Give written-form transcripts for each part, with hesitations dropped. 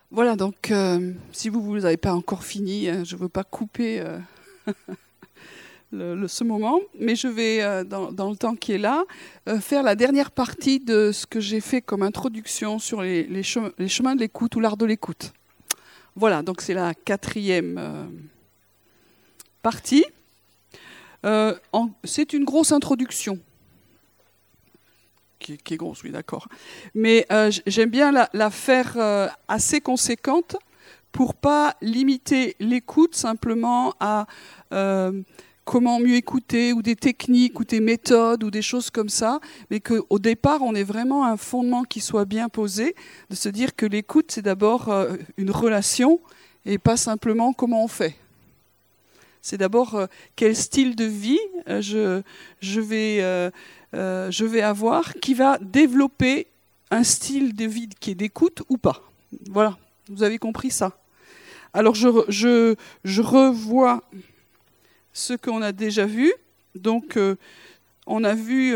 Voilà, donc si vous n'avez pas encore fini, je ne veux pas couper ce moment, mais je vais, dans le temps qui est là, faire la dernière partie de ce que j'ai fait comme introduction sur les chemins de l'écoute ou l'art de l'écoute. Voilà, donc c'est la 4e partie. C'est une grosse introduction. Qui est grosse, oui, d'accord. Mais j'aime bien la faire assez conséquente pour pas limiter l'écoute simplement à comment mieux écouter ou des techniques ou des méthodes ou des choses comme ça, mais qu'au départ, on ait vraiment un fondement qui soit bien posé, de se dire que l'écoute, c'est d'abord une relation et pas simplement comment on fait. C'est d'abord quel style de vie je vais avoir qui va développer un style de vie qui est d'écoute ou pas. Voilà, vous avez compris ça. Alors je revois ce qu'on a déjà vu. Donc on a vu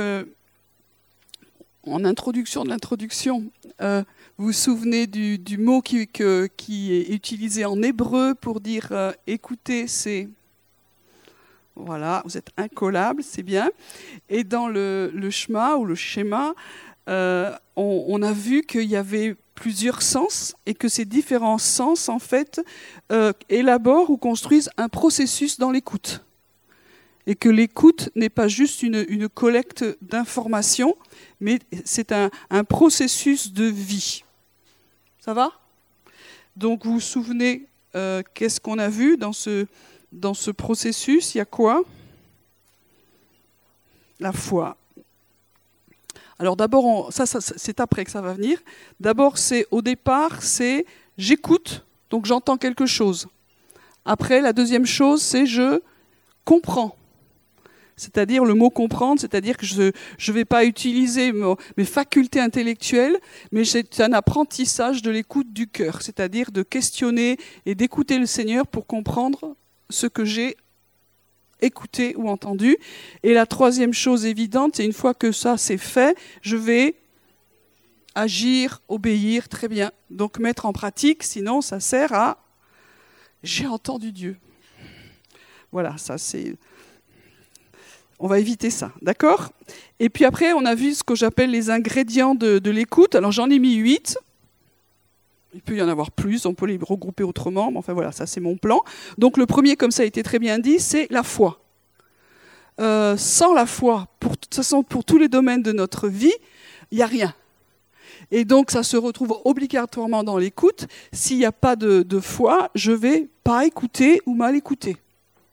en introduction de l'introduction, vous vous souvenez du mot qui est utilisé en hébreu pour dire écouter, c'est... Voilà, vous êtes incollables, c'est bien. Et dans le Shema ou le schéma, on a vu qu'il y avait plusieurs sens et que ces différents sens, en fait, élaborent ou construisent un processus dans l'écoute. Et que l'écoute n'est pas juste une collecte d'informations, mais c'est un processus de vie. Ça va ? Donc vous vous souvenez, qu'est-ce qu'on a vu dans ce processus? Il y a quoi? La foi. Alors d'abord, ça c'est après que ça va venir. D'abord, au départ, c'est j'écoute, donc j'entends quelque chose. Après, la deuxième chose, c'est je comprends. C'est-à-dire le mot comprendre, c'est-à-dire que je ne vais pas utiliser mes facultés intellectuelles, mais c'est un apprentissage de l'écoute du cœur, c'est-à-dire de questionner et d'écouter le Seigneur pour comprendre ce que j'ai écouté ou entendu. Et la troisième chose évidente, c'est une fois que ça c'est fait, je vais agir, obéir, très bien. Donc mettre en pratique, sinon ça sert à « j'ai entendu Dieu ». Voilà, ça c'est... On va éviter ça, d'accord? Et puis après, on a vu ce que j'appelle les ingrédients de l'écoute. Alors j'en ai mis 8. Il peut y en avoir plus, on peut les regrouper autrement, mais enfin voilà, ça c'est mon plan. Donc le premier, comme ça a été très bien dit, c'est la foi. Sans la foi, de toute façon, pour tous les domaines de notre vie, il n'y a rien. Et donc ça se retrouve obligatoirement dans l'écoute. S'il n'y a pas de foi, je ne vais pas écouter ou mal écouter. Ok ?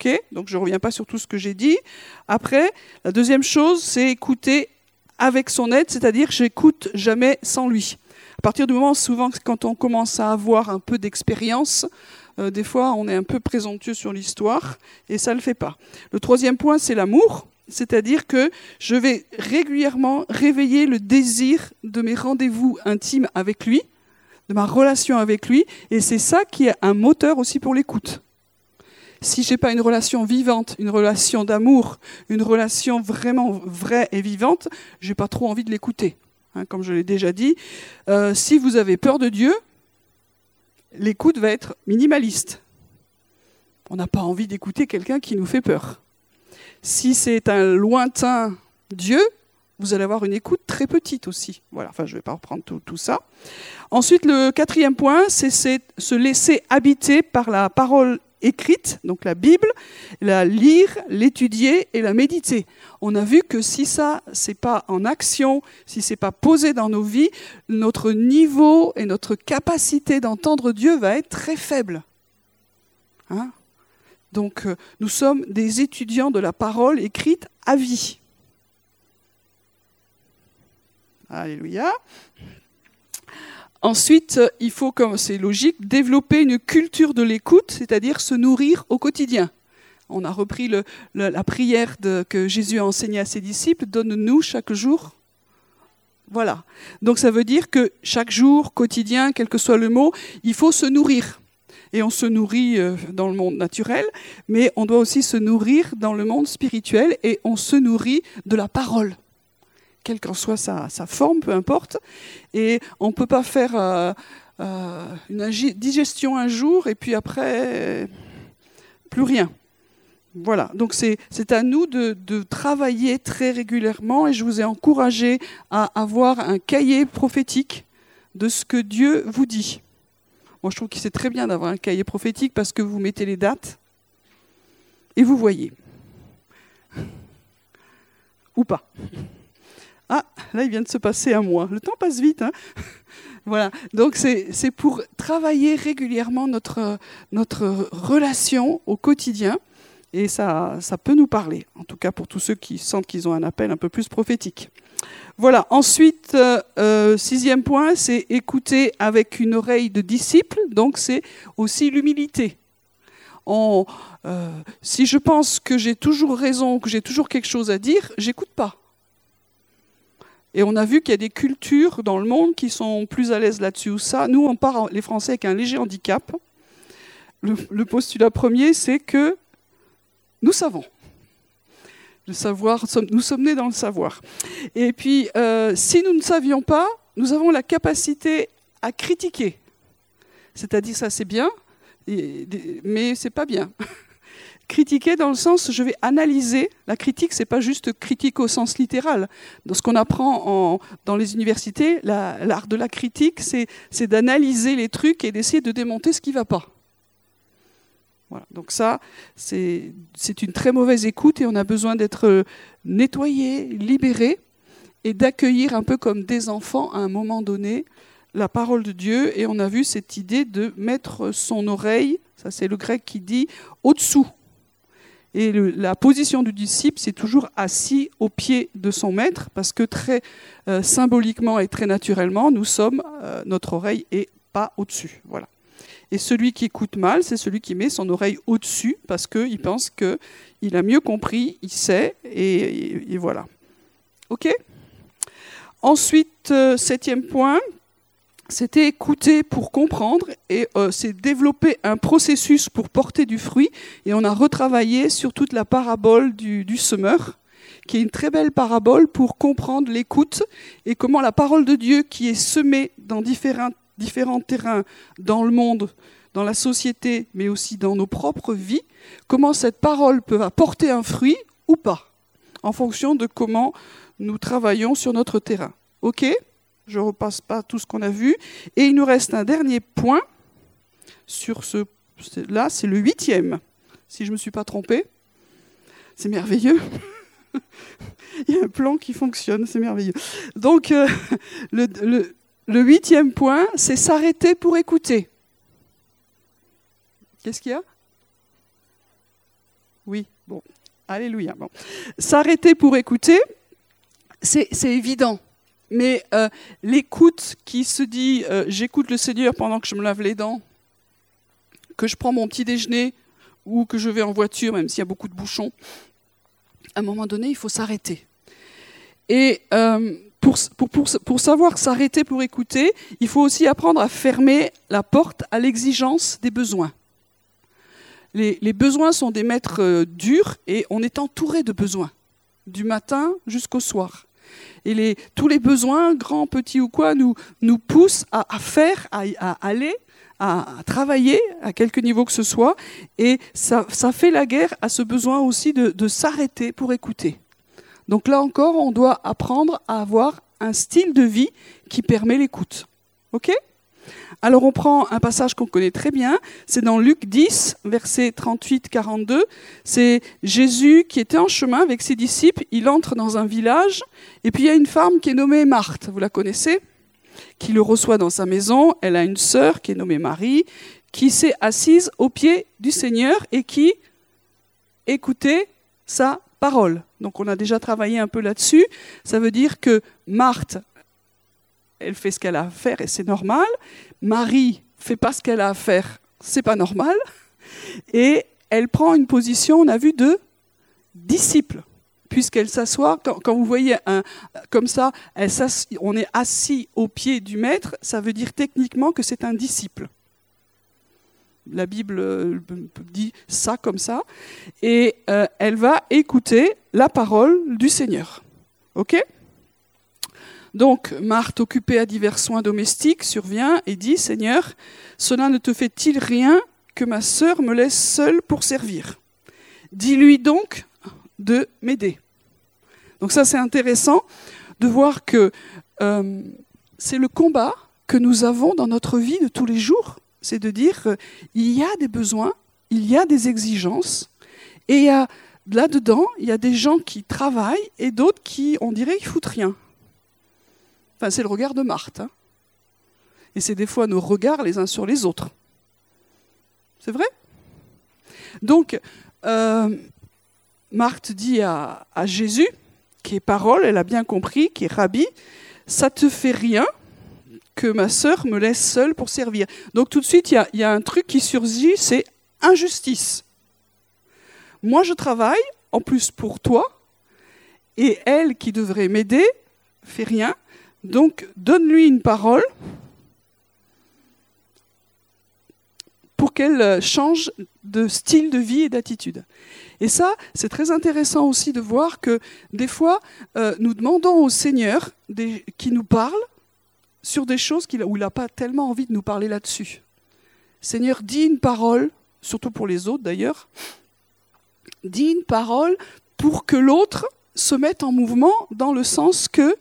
Donc je ne reviens pas sur tout ce que j'ai dit. Après, la deuxième chose, c'est écouter avec son aide, c'est-à-dire que j'écoute jamais sans lui. À partir du moment, souvent, quand on commence à avoir un peu d'expérience, des fois, on est un peu présomptueux sur l'histoire, et ça ne le fait pas. Le troisième point, c'est l'amour, c'est-à-dire que je vais régulièrement réveiller le désir de mes rendez-vous intimes avec lui, de ma relation avec lui, et c'est ça qui est un moteur aussi pour l'écoute. Si je n'ai pas une relation vivante, une relation d'amour, une relation vraiment vraie et vivante, je n'ai pas trop envie de l'écouter. Comme je l'ai déjà dit, si vous avez peur de Dieu, l'écoute va être minimaliste. On n'a pas envie d'écouter quelqu'un qui nous fait peur. Si c'est un lointain Dieu, vous allez avoir une écoute très petite aussi. Voilà, enfin, je ne vais pas reprendre tout ça. Ensuite, le quatrième point, c'est se laisser habiter par la parole écrite, donc la Bible, la lire, l'étudier et la méditer. On a vu que si ça, c'est pas en action, si c'est pas posé dans nos vies, notre niveau et notre capacité d'entendre Dieu va être très faible. Donc, nous sommes des étudiants de la parole écrite à vie. Alléluia. Ensuite, il faut, comme c'est logique, développer une culture de l'écoute, c'est-à-dire se nourrir au quotidien. On a repris la prière que Jésus a enseignée à ses disciples, « Donne-nous chaque jour ». Voilà. Donc ça veut dire que chaque jour, quotidien, quel que soit le mot, il faut se nourrir. Et on se nourrit dans le monde naturel, mais on doit aussi se nourrir dans le monde spirituel et on se nourrit de la parole. Quelle qu'en soit sa forme, peu importe. Et on ne peut pas faire une digestion un jour et puis après, plus rien. Voilà, donc c'est à nous de travailler très régulièrement et je vous ai encouragé à avoir un cahier prophétique de ce que Dieu vous dit. Moi, je trouve que c'est très bien d'avoir un cahier prophétique parce que vous mettez les dates et vous voyez. Ou pas. Ah, là, il vient de se passer un mois. Le temps passe vite, hein. Voilà, donc c'est pour travailler régulièrement notre relation au quotidien. Et ça peut nous parler, en tout cas pour tous ceux qui sentent qu'ils ont un appel un peu plus prophétique. Voilà, ensuite, 6e point, c'est écouter avec une oreille de disciple, donc c'est aussi l'humilité. Si je pense que j'ai toujours raison, que j'ai toujours quelque chose à dire, j'écoute pas. Et on a vu qu'il y a des cultures dans le monde qui sont plus à l'aise là-dessus ou ça. Nous, on part, les Français, avec un léger handicap. Le postulat premier, c'est que nous savons. Le savoir, nous sommes nés dans le savoir. Et puis, si nous ne savions pas, nous avons la capacité à critiquer. C'est-à-dire, ça c'est bien, mais c'est pas bien. Critiquer dans le sens, je vais analyser. La critique, c'est pas juste critique au sens littéral. Dans ce qu'on apprend dans les universités, l'art de la critique, c'est d'analyser les trucs et d'essayer de démonter ce qui ne va pas. Voilà. Donc ça, c'est une très mauvaise écoute et on a besoin d'être nettoyé, libéré et d'accueillir un peu comme des enfants à un moment donné la parole de Dieu. Et on a vu cette idée de mettre son oreille, ça c'est le grec qui dit, au-dessous. Et la position du disciple, c'est toujours assis au pied de son maître parce que très symboliquement et très naturellement, notre oreille est pas au-dessus. Voilà. Et celui qui écoute mal, c'est celui qui met son oreille au-dessus parce qu'il pense qu'il a mieux compris, il sait, et voilà. OK ? Ensuite, 7e point, c'était écouter pour comprendre, et c'est développer un processus pour porter du fruit. Et on a retravaillé sur toute la parabole du semeur, qui est une très belle parabole pour comprendre l'écoute et comment la parole de Dieu qui est semée dans différents terrains dans le monde, dans la société, mais aussi dans nos propres vies, comment cette parole peut apporter un fruit ou pas, en fonction de comment nous travaillons sur notre terrain. OK ? Je ne repasse pas tout ce qu'on a vu. Et il nous reste un dernier point sur là, c'est le 8e, si je ne me suis pas trompée. C'est merveilleux. Il y a un plan qui fonctionne, c'est merveilleux. Donc, le 8e point, c'est s'arrêter pour écouter. Qu'est-ce qu'il y a ? Oui, bon, alléluia. Bon. S'arrêter pour écouter, c'est évident. Mais l'écoute qui se dit j'écoute le Seigneur pendant que je me lave les dents, que je prends mon petit déjeuner ou que je vais en voiture, même s'il y a beaucoup de bouchons, à un moment donné, il faut s'arrêter. Et pour savoir s'arrêter pour écouter, il faut aussi apprendre à fermer la porte à l'exigence des besoins. Les besoins sont des maîtres durs et on est entouré de besoins, du matin jusqu'au soir. Et tous les besoins, grands, petits ou quoi, nous poussent à faire, à aller, à travailler, à quelque niveau que ce soit. Et ça fait la guerre à ce besoin aussi de s'arrêter pour écouter. Donc là encore, on doit apprendre à avoir un style de vie qui permet l'écoute. OK ? Alors on prend un passage qu'on connaît très bien, c'est dans Luc 10, versets 38-42. C'est Jésus qui était en chemin avec ses disciples, il entre dans un village, et puis il y a une femme qui est nommée Marthe, vous la connaissez ? Qui le reçoit dans sa maison, elle a une sœur qui est nommée Marie, qui s'est assise aux pieds du Seigneur et qui écoutait sa parole. Donc on a déjà travaillé un peu là-dessus, ça veut dire que Marthe, elle fait ce qu'elle a à faire et c'est normal. Marie fait pas ce qu'elle a à faire, c'est pas normal. Et elle prend une position, on a vu, de disciple, puisqu'elle s'assoit. Quand vous voyez comme ça, on est assis au pied du maître, ça veut dire techniquement que c'est un disciple. La Bible dit ça comme ça. Et elle va écouter la parole du Seigneur. OK ? Donc, Marthe, occupée à divers soins domestiques, survient et dit, « Seigneur, cela ne te fait-il rien que ma sœur me laisse seule pour servir? Dis-lui donc de m'aider. » Donc ça, c'est intéressant de voir que c'est le combat que nous avons dans notre vie de tous les jours. C'est de dire, il y a des besoins, il y a des exigences, et là-dedans, il y a des gens qui travaillent et d'autres qui, on dirait, ils foutent rien. Enfin, c'est le regard de Marthe. Hein. Et c'est des fois nos regards les uns sur les autres. C'est vrai? Donc, Marthe dit à Jésus, qui est parole, elle a bien compris, qui est rabbi, « Ça te fait rien que ma sœur me laisse seule pour servir. » Donc tout de suite, il y a un truc qui surgit, c'est injustice. Moi, je travaille, en plus pour toi, et elle qui devrait m'aider, fait rien. Donc, donne-lui une parole pour qu'elle change de style de vie et d'attitude. Et ça, c'est très intéressant aussi de voir que des fois, nous demandons au Seigneur qui nous parle sur des choses où il n'a pas tellement envie de nous parler là-dessus. Seigneur, dis une parole, surtout pour les autres d'ailleurs, dis une parole pour que l'autre se mette en mouvement dans le sens que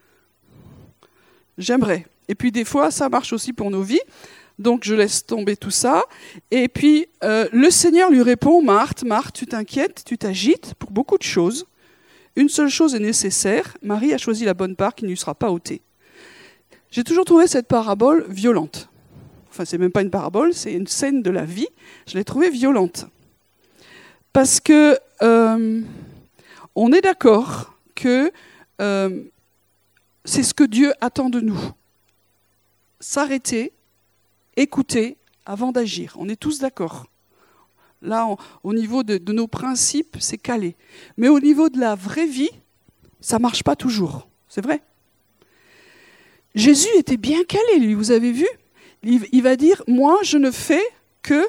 j'aimerais. Et puis des fois, ça marche aussi pour nos vies. Donc je laisse tomber tout ça. Et puis le Seigneur lui répond, Marthe, Marthe, tu t'inquiètes, tu t'agites pour beaucoup de choses. Une seule chose est nécessaire, Marie a choisi la bonne part qui ne lui sera pas ôtée. J'ai toujours trouvé cette parabole violente. Enfin, c'est même pas une parabole, c'est une scène de la vie. Je l'ai trouvée violente. Parce que on est d'accord que c'est ce que Dieu attend de nous. S'arrêter, écouter avant d'agir. On est tous d'accord. Là, au niveau de nos principes, c'est calé. Mais au niveau de la vraie vie, ça ne marche pas toujours. C'est vrai. Jésus était bien calé, lui, vous avez vu? Il va dire, moi, je ne fais que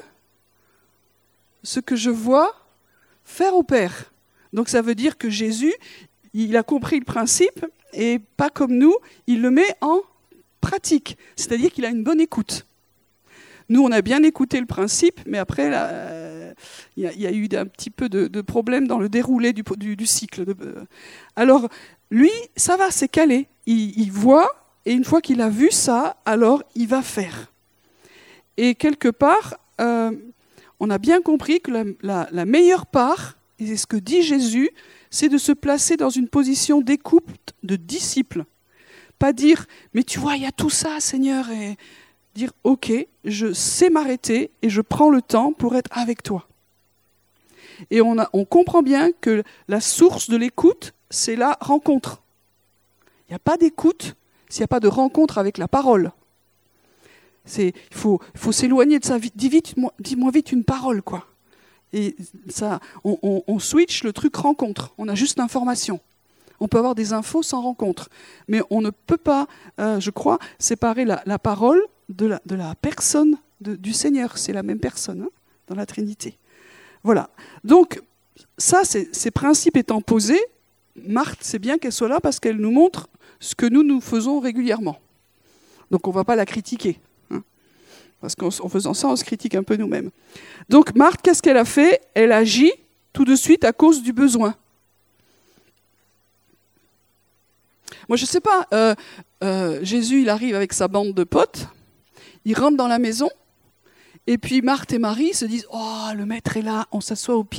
ce que je vois faire au Père. Donc ça veut dire que Jésus, il a compris le principe, et pas comme nous, il le met en pratique. C'est-à-dire qu'il a une bonne écoute. Nous, on a bien écouté le principe, mais après, il y a eu un petit peu de problème dans le déroulé du cycle. Alors, lui, ça va, c'est calé. Il voit, et une fois qu'il a vu ça, alors il va faire. Et quelque part, on a bien compris que la meilleure part, et c'est ce que dit Jésus, c'est de se placer dans une position d'écoute de disciple. Pas dire, mais tu vois, il y a tout ça, Seigneur, et dire, ok, je sais m'arrêter et je prends le temps pour être avec toi. Et on comprend bien que la source de l'écoute, c'est la rencontre. Il n'y a pas d'écoute s'il n'y a pas de rencontre avec la parole. Il faut s'éloigner de ça. Dis-moi vite une parole, quoi. Et ça, on switch le truc rencontre. On a juste l'information. On peut avoir des infos sans rencontre. Mais on ne peut pas, je crois, séparer la parole de la personne du Seigneur. C'est la même personne, hein, dans la Trinité. Voilà. Donc, ça, ces principes étant posés, Marthe, c'est bien qu'elle soit là parce qu'elle nous montre ce que nous faisons régulièrement. Donc, on ne va pas la critiquer. Hein, parce qu'en faisant ça, on se critique un peu nous-mêmes. Donc, Marthe, qu'est-ce qu'elle a fait? Elle agit tout de suite à cause du besoin. Moi, je ne sais pas, Jésus, il arrive avec sa bande de potes, il rentre dans la maison, et puis Marthe et Marie se disent « Oh, le maître est là, on s'assoit au pied. »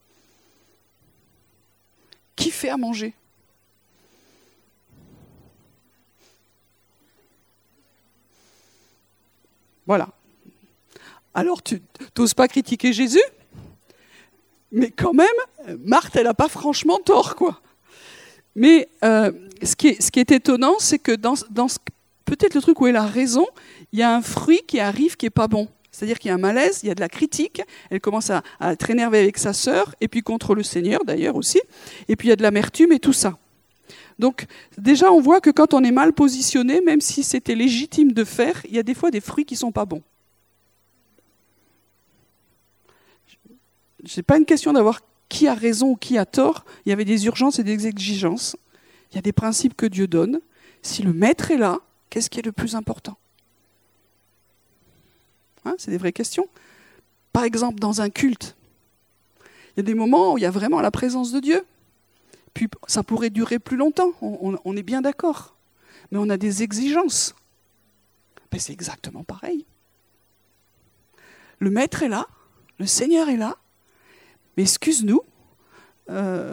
Qui fait à manger? Voilà. Alors, tu n'oses pas critiquer Jésus, mais quand même, Marthe, elle n'a pas franchement tort, quoi. Mais ce qui est étonnant, c'est que dans peut-être le truc où elle a raison, il y a un fruit qui arrive qui n'est pas bon. C'est-à-dire qu'il y a un malaise, il y a de la critique, elle commence à être énervée avec sa sœur, et puis contre le Seigneur d'ailleurs aussi, et puis il y a de l'amertume et tout ça. Donc déjà on voit que quand on est mal positionné, même si c'était légitime de faire, il y a des fois des fruits qui ne sont pas bons. Ce n'est pas une question d'avoir qui a raison ou qui a tort, il y avait des urgences et des exigences. Il y a des principes que Dieu donne. Si le maître est là, qu'est-ce qui est le plus important ? C'est des vraies questions. Par exemple, dans un culte, il y a des moments où il y a vraiment la présence de Dieu. Puis ça pourrait durer plus longtemps, on est bien d'accord. Mais on a des exigences. Ben, c'est exactement pareil. Le maître est là, le Seigneur est là, mais excuse-nous, il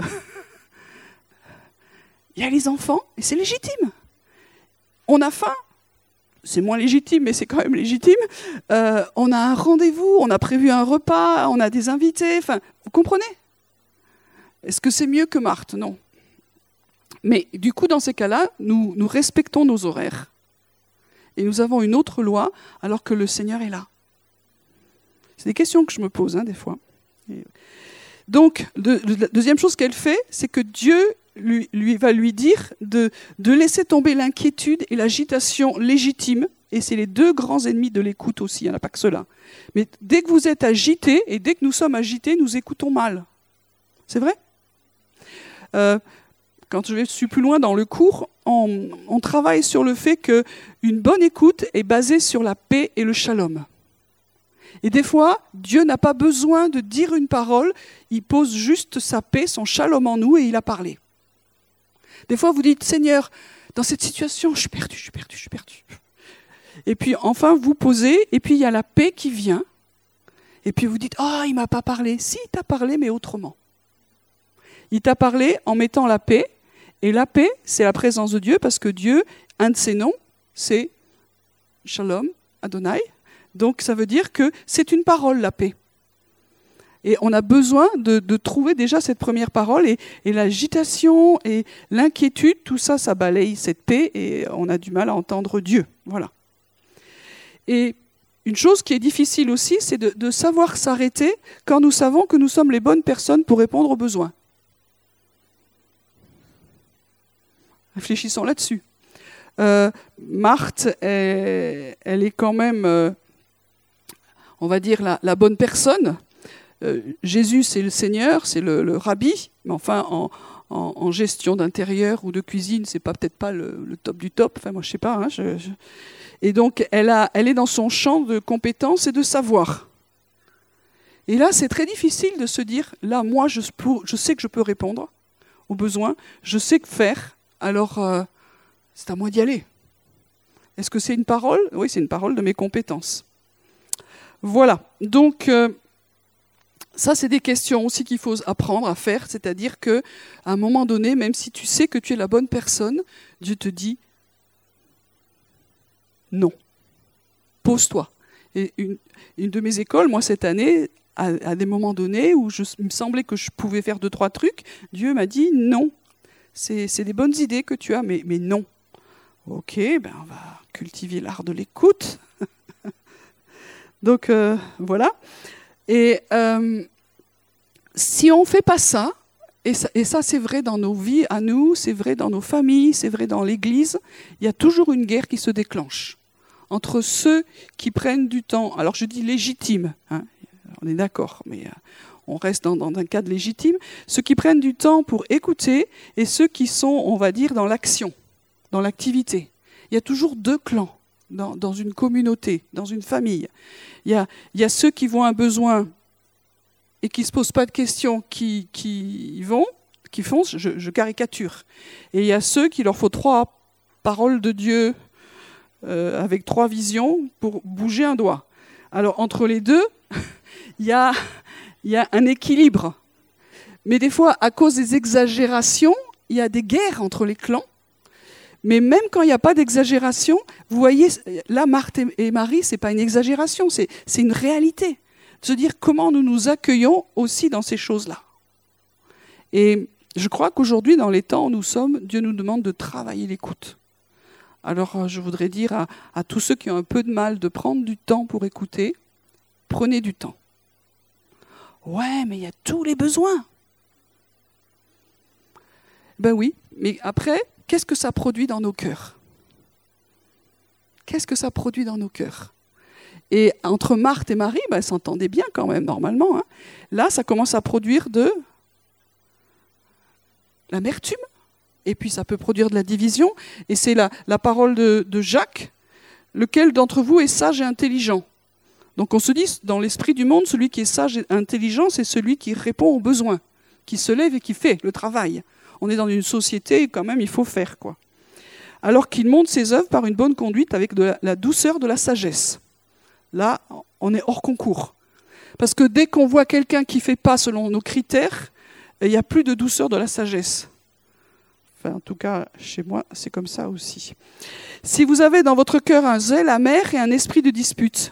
y a les enfants et c'est légitime. On a faim, c'est moins légitime, mais c'est quand même légitime. On a un rendez-vous, on a prévu un repas, on a des invités, enfin, vous comprenez ? Est-ce que c'est mieux que Marthe ? Non. Mais du coup, dans ces cas-là, nous respectons nos horaires. Et nous avons une autre loi alors que le Seigneur est là. C'est des questions que je me pose, des fois. Donc, la deuxième chose qu'elle fait, c'est que Dieu lui va lui dire de laisser tomber l'inquiétude et l'agitation légitime. Et c'est les deux grands ennemis de l'écoute aussi, il n'y en a pas que ceux-là. Mais dès que vous êtes agité, et dès que nous sommes agités, nous écoutons mal. C'est vrai ? Quand je suis plus loin dans le cours, on travaille sur le fait qu'une bonne écoute est basée sur la paix et le shalom. Et des fois, Dieu n'a pas besoin de dire une parole, il pose juste sa paix, son shalom en nous et il a parlé. Des fois, vous dites, Seigneur, dans cette situation, je suis perdu. Et puis enfin, vous posez, et puis il y a la paix qui vient. Et puis vous dites, il ne m'a pas parlé. Si, il t'a parlé, mais autrement. Il t'a parlé en mettant la paix. Et la paix, c'est la présence de Dieu, parce que Dieu, un de ses noms, c'est Shalom, Adonai. Donc ça veut dire que c'est une parole, la paix. Et on a besoin de trouver déjà cette première parole. Et l'agitation et l'inquiétude, tout ça, ça balaye cette paix. Et on a du mal à entendre Dieu. Voilà. Et une chose qui est difficile aussi, c'est de savoir s'arrêter quand nous savons que nous sommes les bonnes personnes pour répondre aux besoins. Réfléchissons là-dessus. Marthe, elle est quand même, on va dire, la bonne personne. Jésus, c'est le Seigneur, c'est le rabbi, mais enfin, en gestion d'intérieur ou de cuisine, c'est peut-être pas le top du top. Enfin, moi, je sais pas. Et donc, elle est dans son champ de compétences et de savoir. Et là, c'est très difficile de se dire, là, moi, je sais que je peux répondre aux besoins, je sais que faire. Alors, c'est à moi d'y aller. Est-ce que c'est une parole ? Oui, c'est une parole de mes compétences. Voilà. Donc, ça, c'est des questions aussi qu'il faut apprendre à faire. C'est-à-dire qu'à un moment donné, même si tu sais que tu es la bonne personne, Dieu te dit non. Pose-toi. Et une de mes écoles, moi, cette année, à des moments donnés où il me semblait que je pouvais faire 2-3 trucs, Dieu m'a dit non. C'est des bonnes idées que tu as, mais non. Ok, on va cultiver l'art de l'écoute. Donc, voilà. Et si on ne fait pas ça, et ça c'est vrai dans nos vies à nous, c'est vrai dans nos familles, c'est vrai dans l'Église, il y a toujours une guerre qui se déclenche entre ceux qui prennent du temps. Alors je dis légitime, on est d'accord, mais on reste dans un cadre légitime. Ceux qui prennent du temps pour écouter et ceux qui sont, on va dire, dans l'action, dans l'activité. Il y a toujours deux clans dans une communauté, dans une famille. Il y a ceux qui voient un besoin et qui ne se posent pas de questions, qui foncent, je caricature. Et il y a ceux qui leur faut 3 paroles de Dieu avec 3 visions pour bouger un doigt. Alors entre les deux, il y a un équilibre. Mais des fois, à cause des exagérations, il y a des guerres entre les clans. Mais même quand il n'y a pas d'exagération, vous voyez, là, Marthe et Marie, ce n'est pas une exagération, c'est une réalité. De se dire comment nous nous accueillons aussi dans ces choses-là. Et je crois qu'aujourd'hui, dans les temps où nous sommes, Dieu nous demande de travailler l'écoute. Alors, je voudrais dire à tous ceux qui ont un peu de mal de prendre du temps pour écouter, prenez du temps. Ouais, mais il y a tous les besoins. Ben oui, mais après, qu'est-ce que ça produit dans nos cœurs ? Qu'est-ce que ça produit dans nos cœurs ? Et entre Marthe et Marie, elles s'entendaient bien quand même, normalement. Là, ça commence à produire de l'amertume. et puis ça peut produire de la division. Et c'est la parole de Jacques, lequel d'entre vous est sage et intelligent? Donc on se dit, dans l'esprit du monde, celui qui est sage et intelligent, c'est celui qui répond aux besoins, qui se lève et qui fait le travail. On est dans une société, quand même, il faut faire, quoi. Alors qu'il montre ses œuvres par une bonne conduite avec de la douceur de la sagesse. Là, on est hors concours. Parce que dès qu'on voit quelqu'un qui ne fait pas selon nos critères, il n'y a plus de douceur de la sagesse. Enfin, en tout cas, chez moi, c'est comme ça aussi. Si vous avez dans votre cœur un zèle amer et un esprit de dispute,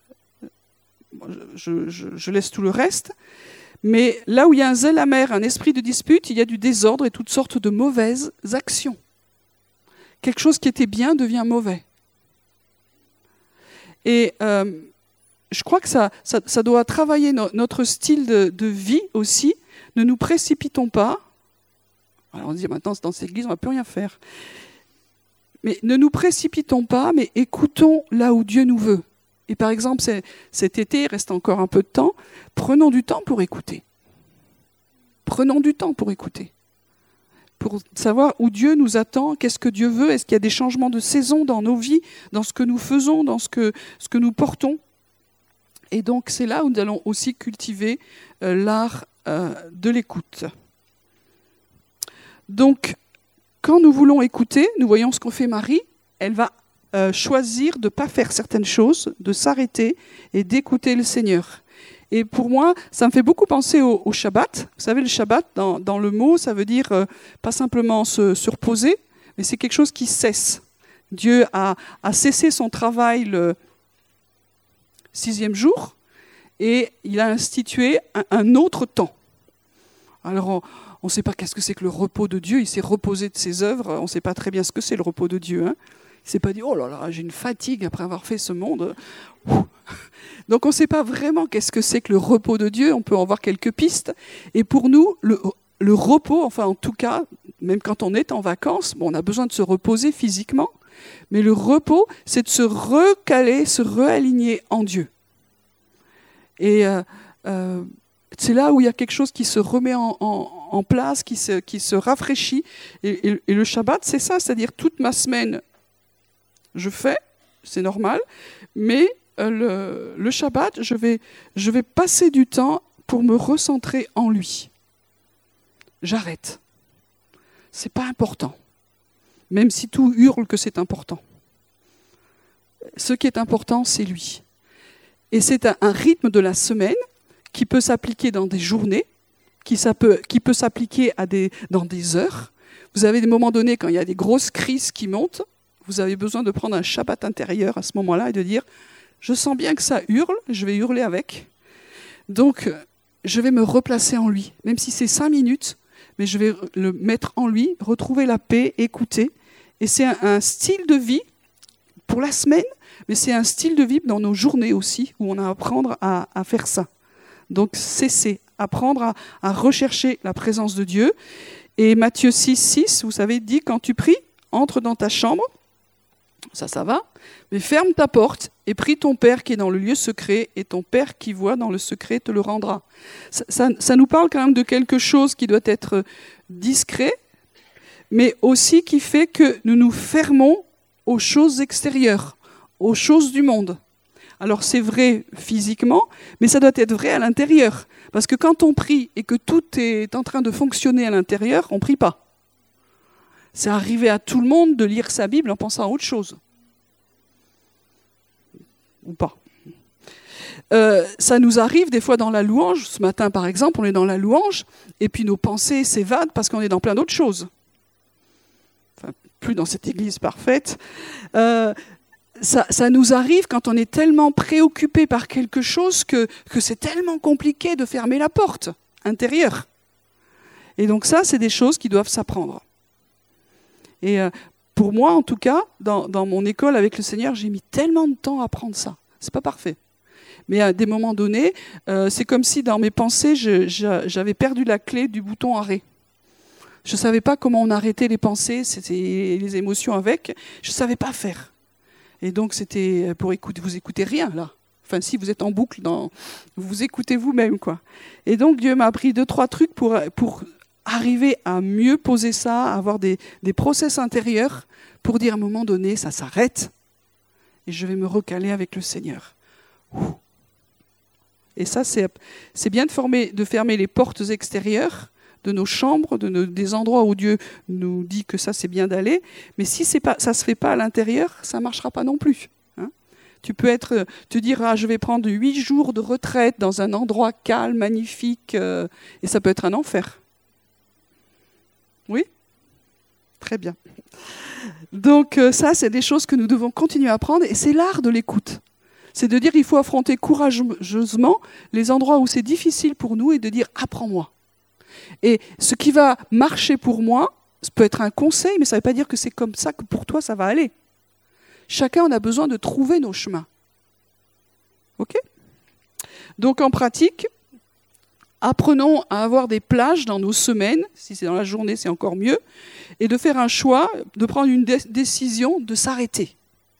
je laisse tout le reste, mais là où il y a un zèle amer, un esprit de dispute, il y a du désordre et toutes sortes de mauvaises actions. Quelque chose qui était bien devient mauvais. Et je crois que ça doit travailler notre style de vie aussi. Ne nous précipitons pas. Alors on dit maintenant, dans cette église, on ne va plus rien faire. Mais ne nous précipitons pas, mais écoutons là où Dieu nous veut. Et par exemple, cet été, il reste encore un peu de temps, prenons du temps pour écouter. Prenons du temps pour écouter. Pour savoir où Dieu nous attend, qu'est-ce que Dieu veut, est-ce qu'il y a des changements de saison dans nos vies, dans ce que nous faisons, dans ce que nous portons. Et donc c'est là où nous allons aussi cultiver l'art de l'écoute. Donc, quand nous voulons écouter, nous voyons ce qu'on fait Marie, elle va choisir de ne pas faire certaines choses, de s'arrêter et d'écouter le Seigneur. Et pour moi, ça me fait beaucoup penser au Shabbat. Vous savez, le Shabbat, dans le mot, ça veut dire pas simplement se reposer, mais c'est quelque chose qui cesse. Dieu a cessé son travail le 6e jour et il a institué un autre temps. Alors, on ne sait pas qu'est-ce que c'est que le repos de Dieu. Il s'est reposé de ses œuvres. On ne sait pas très bien ce que c'est le repos de Dieu. Hein. Il ne s'est pas dit « Oh là là, j'ai une fatigue après avoir fait ce monde. » Donc on ne sait pas vraiment qu'est-ce que c'est que le repos de Dieu. On peut en voir quelques pistes. Et pour nous, le repos, enfin en tout cas, même quand on est en vacances, on a besoin de se reposer physiquement. Mais le repos, c'est de se recaler, se réaligner en Dieu. Et c'est là où il y a quelque chose qui se remet en place, qui se rafraîchit. Et le Shabbat, c'est ça, c'est-à-dire toute ma semaine, je fais, c'est normal, mais le Shabbat, je vais passer du temps pour me recentrer en lui. J'arrête. C'est pas important, même si tout hurle que c'est important. Ce qui est important, c'est lui. Et c'est un rythme de la semaine qui peut s'appliquer dans des journées, qui peut s'appliquer dans des heures. Vous avez des moments donnés, quand il y a des grosses crises qui montent, vous avez besoin de prendre un Shabbat intérieur à ce moment-là et de dire « Je sens bien que ça hurle, je vais hurler avec. Donc, je vais me replacer en lui, même si c'est 5 minutes, mais je vais le mettre en lui, retrouver la paix, écouter. » Et c'est un style de vie pour la semaine, mais c'est un style de vie dans nos journées aussi, où on a à apprendre à faire ça. Donc, cesser, apprendre à rechercher la présence de Dieu. Et Matthieu 6, vous savez, dit, quand tu pries, entre dans ta chambre, ça va, mais ferme ta porte et prie ton Père qui est dans le lieu secret, et ton Père qui voit dans le secret te le rendra. Ça nous parle quand même de quelque chose qui doit être discret, mais aussi qui fait que nous nous fermons aux choses extérieures, aux choses du monde. Alors c'est vrai physiquement, mais ça doit être vrai à l'intérieur. Parce que quand on prie et que tout est en train de fonctionner à l'intérieur, on ne prie pas. C'est arrivé à tout le monde de lire sa Bible en pensant à autre chose. Ou pas. Ça nous arrive des fois dans la louange. Ce matin, par exemple, on est dans la louange et puis nos pensées s'évadent parce qu'on est dans plein d'autres choses. Enfin, plus dans cette église parfaite. Ça nous arrive quand on est tellement préoccupé par quelque chose que c'est tellement compliqué de fermer la porte intérieure. Et donc ça, c'est des choses qui doivent s'apprendre. Et pour moi, en tout cas, dans mon école avec le Seigneur, j'ai mis tellement de temps à apprendre ça. C'est pas parfait. Mais à des moments donnés, c'est comme si dans mes pensées, j'avais perdu la clé du bouton arrêt. Je ne savais pas comment on arrêtait les pensées, c'était les émotions avec. Je ne savais pas faire. Et donc, c'était pour écouter. Vous écoutez rien, là. Enfin, si vous êtes en boucle, vous écoutez vous-même, quoi. Et donc, Dieu m'a appris 2-3 trucs pour arriver à mieux poser ça, à avoir des process intérieurs pour dire à un moment donné, ça s'arrête et je vais me recaler avec le Seigneur. Et ça, c'est bien de fermer les portes extérieures de nos chambres, des endroits où Dieu nous dit que ça, c'est bien d'aller. Mais si ça ne se fait pas à l'intérieur, ça ne marchera pas non plus. Hein. Tu peux te dire, je vais prendre 8 jours de retraite dans un endroit calme, magnifique, et ça peut être un enfer. Oui ? Très bien. Donc ça, c'est des choses que nous devons continuer à apprendre, et c'est l'art de l'écoute. C'est de dire qu'il faut affronter courageusement les endroits où c'est difficile pour nous et de dire « apprends-moi ». Et ce qui va marcher pour moi, ça peut être un conseil, mais ça ne veut pas dire que c'est comme ça que pour toi ça va aller. Chacun en a besoin de trouver nos chemins. Ok ? Donc en pratique, apprenons à avoir des plages dans nos semaines, si c'est dans la journée c'est encore mieux, et de faire un choix, de prendre une décision, de s'arrêter.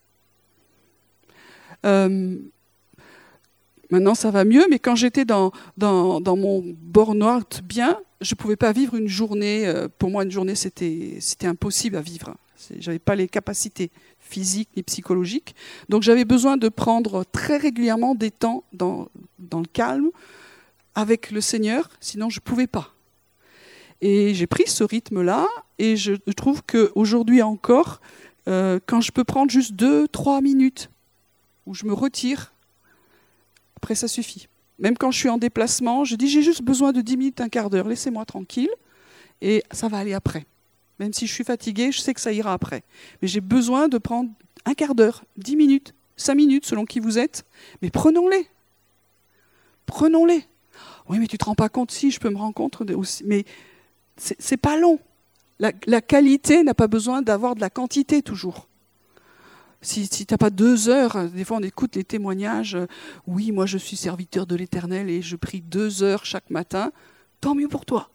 Maintenant ça va mieux, mais quand j'étais dans mon burn-out bien, je ne pouvais pas vivre une journée. Pour moi, une journée, c'était impossible à vivre. Je n'avais pas les capacités physiques ni psychologiques. Donc j'avais besoin de prendre très régulièrement des temps dans le calme, avec le Seigneur, sinon je ne pouvais pas. Et j'ai pris ce rythme-là, et je trouve qu'aujourd'hui encore, quand je peux prendre juste 2-3 minutes, où je me retire, après ça suffit. Même quand je suis en déplacement, je dis j'ai juste besoin de 10 minutes, un quart d'heure, laissez-moi tranquille, et ça va aller après. Même si je suis fatiguée, je sais que ça ira après. Mais j'ai besoin de prendre un quart d'heure, 10 minutes, 5 minutes, selon qui vous êtes, mais prenons-les. Prenons-les. Oui, mais tu ne te rends pas compte, si, je peux me rendre compte aussi, mais c'est pas long. La qualité n'a pas besoin d'avoir de la quantité toujours. Si tu n'as pas 2 heures, des fois on écoute les témoignages, oui, moi je suis serviteur de l'Éternel et je prie 2 heures chaque matin, tant mieux pour toi.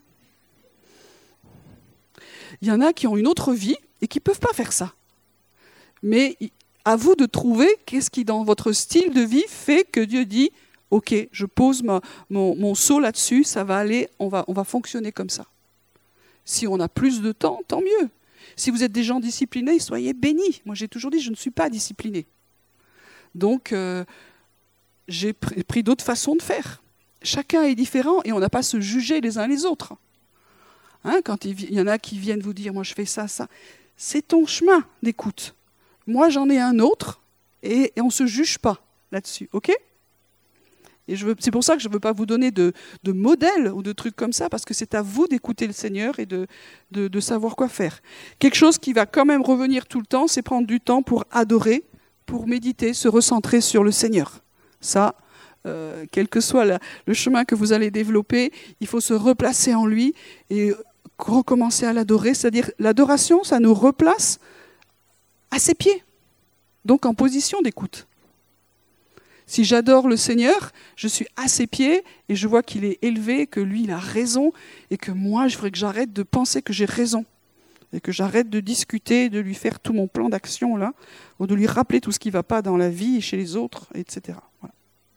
Il y en a qui ont une autre vie et qui ne peuvent pas faire ça. Mais à vous de trouver qu'est-ce qui dans votre style de vie fait que Dieu dit, ok, je pose mon seau là-dessus, ça va aller, on va fonctionner comme ça. Si on a plus de temps, tant mieux. Si vous êtes des gens disciplinés, soyez bénis. Moi, j'ai toujours dit, je ne suis pas discipliné. Donc, j'ai pris d'autres façons de faire. Chacun est différent et on n'a pas à se juger les uns les autres. Hein, quand il y en a qui viennent vous dire, moi, je fais ça, ça. C'est ton chemin d'écoute. Moi, j'en ai un autre et on ne se juge pas là-dessus. OK ? Et c'est pour ça que je ne veux pas vous donner de modèles ou de trucs comme ça, parce que c'est à vous d'écouter le Seigneur et de savoir quoi faire. Quelque chose qui va quand même revenir tout le temps, c'est prendre du temps pour adorer, pour méditer, se recentrer sur le Seigneur. Ça, quel que soit le chemin que vous allez développer, il faut se replacer en lui et recommencer à l'adorer. C'est-à-dire, l'adoration, ça nous replace à ses pieds, donc en position d'écoute. Si j'adore le Seigneur, je suis à ses pieds et je vois qu'il est élevé, que lui, il a raison et que moi, je voudrais que j'arrête de penser que j'ai raison et que j'arrête de discuter, de lui faire tout mon plan d'action, là, ou de lui rappeler tout ce qui ne va pas dans la vie et chez les autres, etc. Voilà.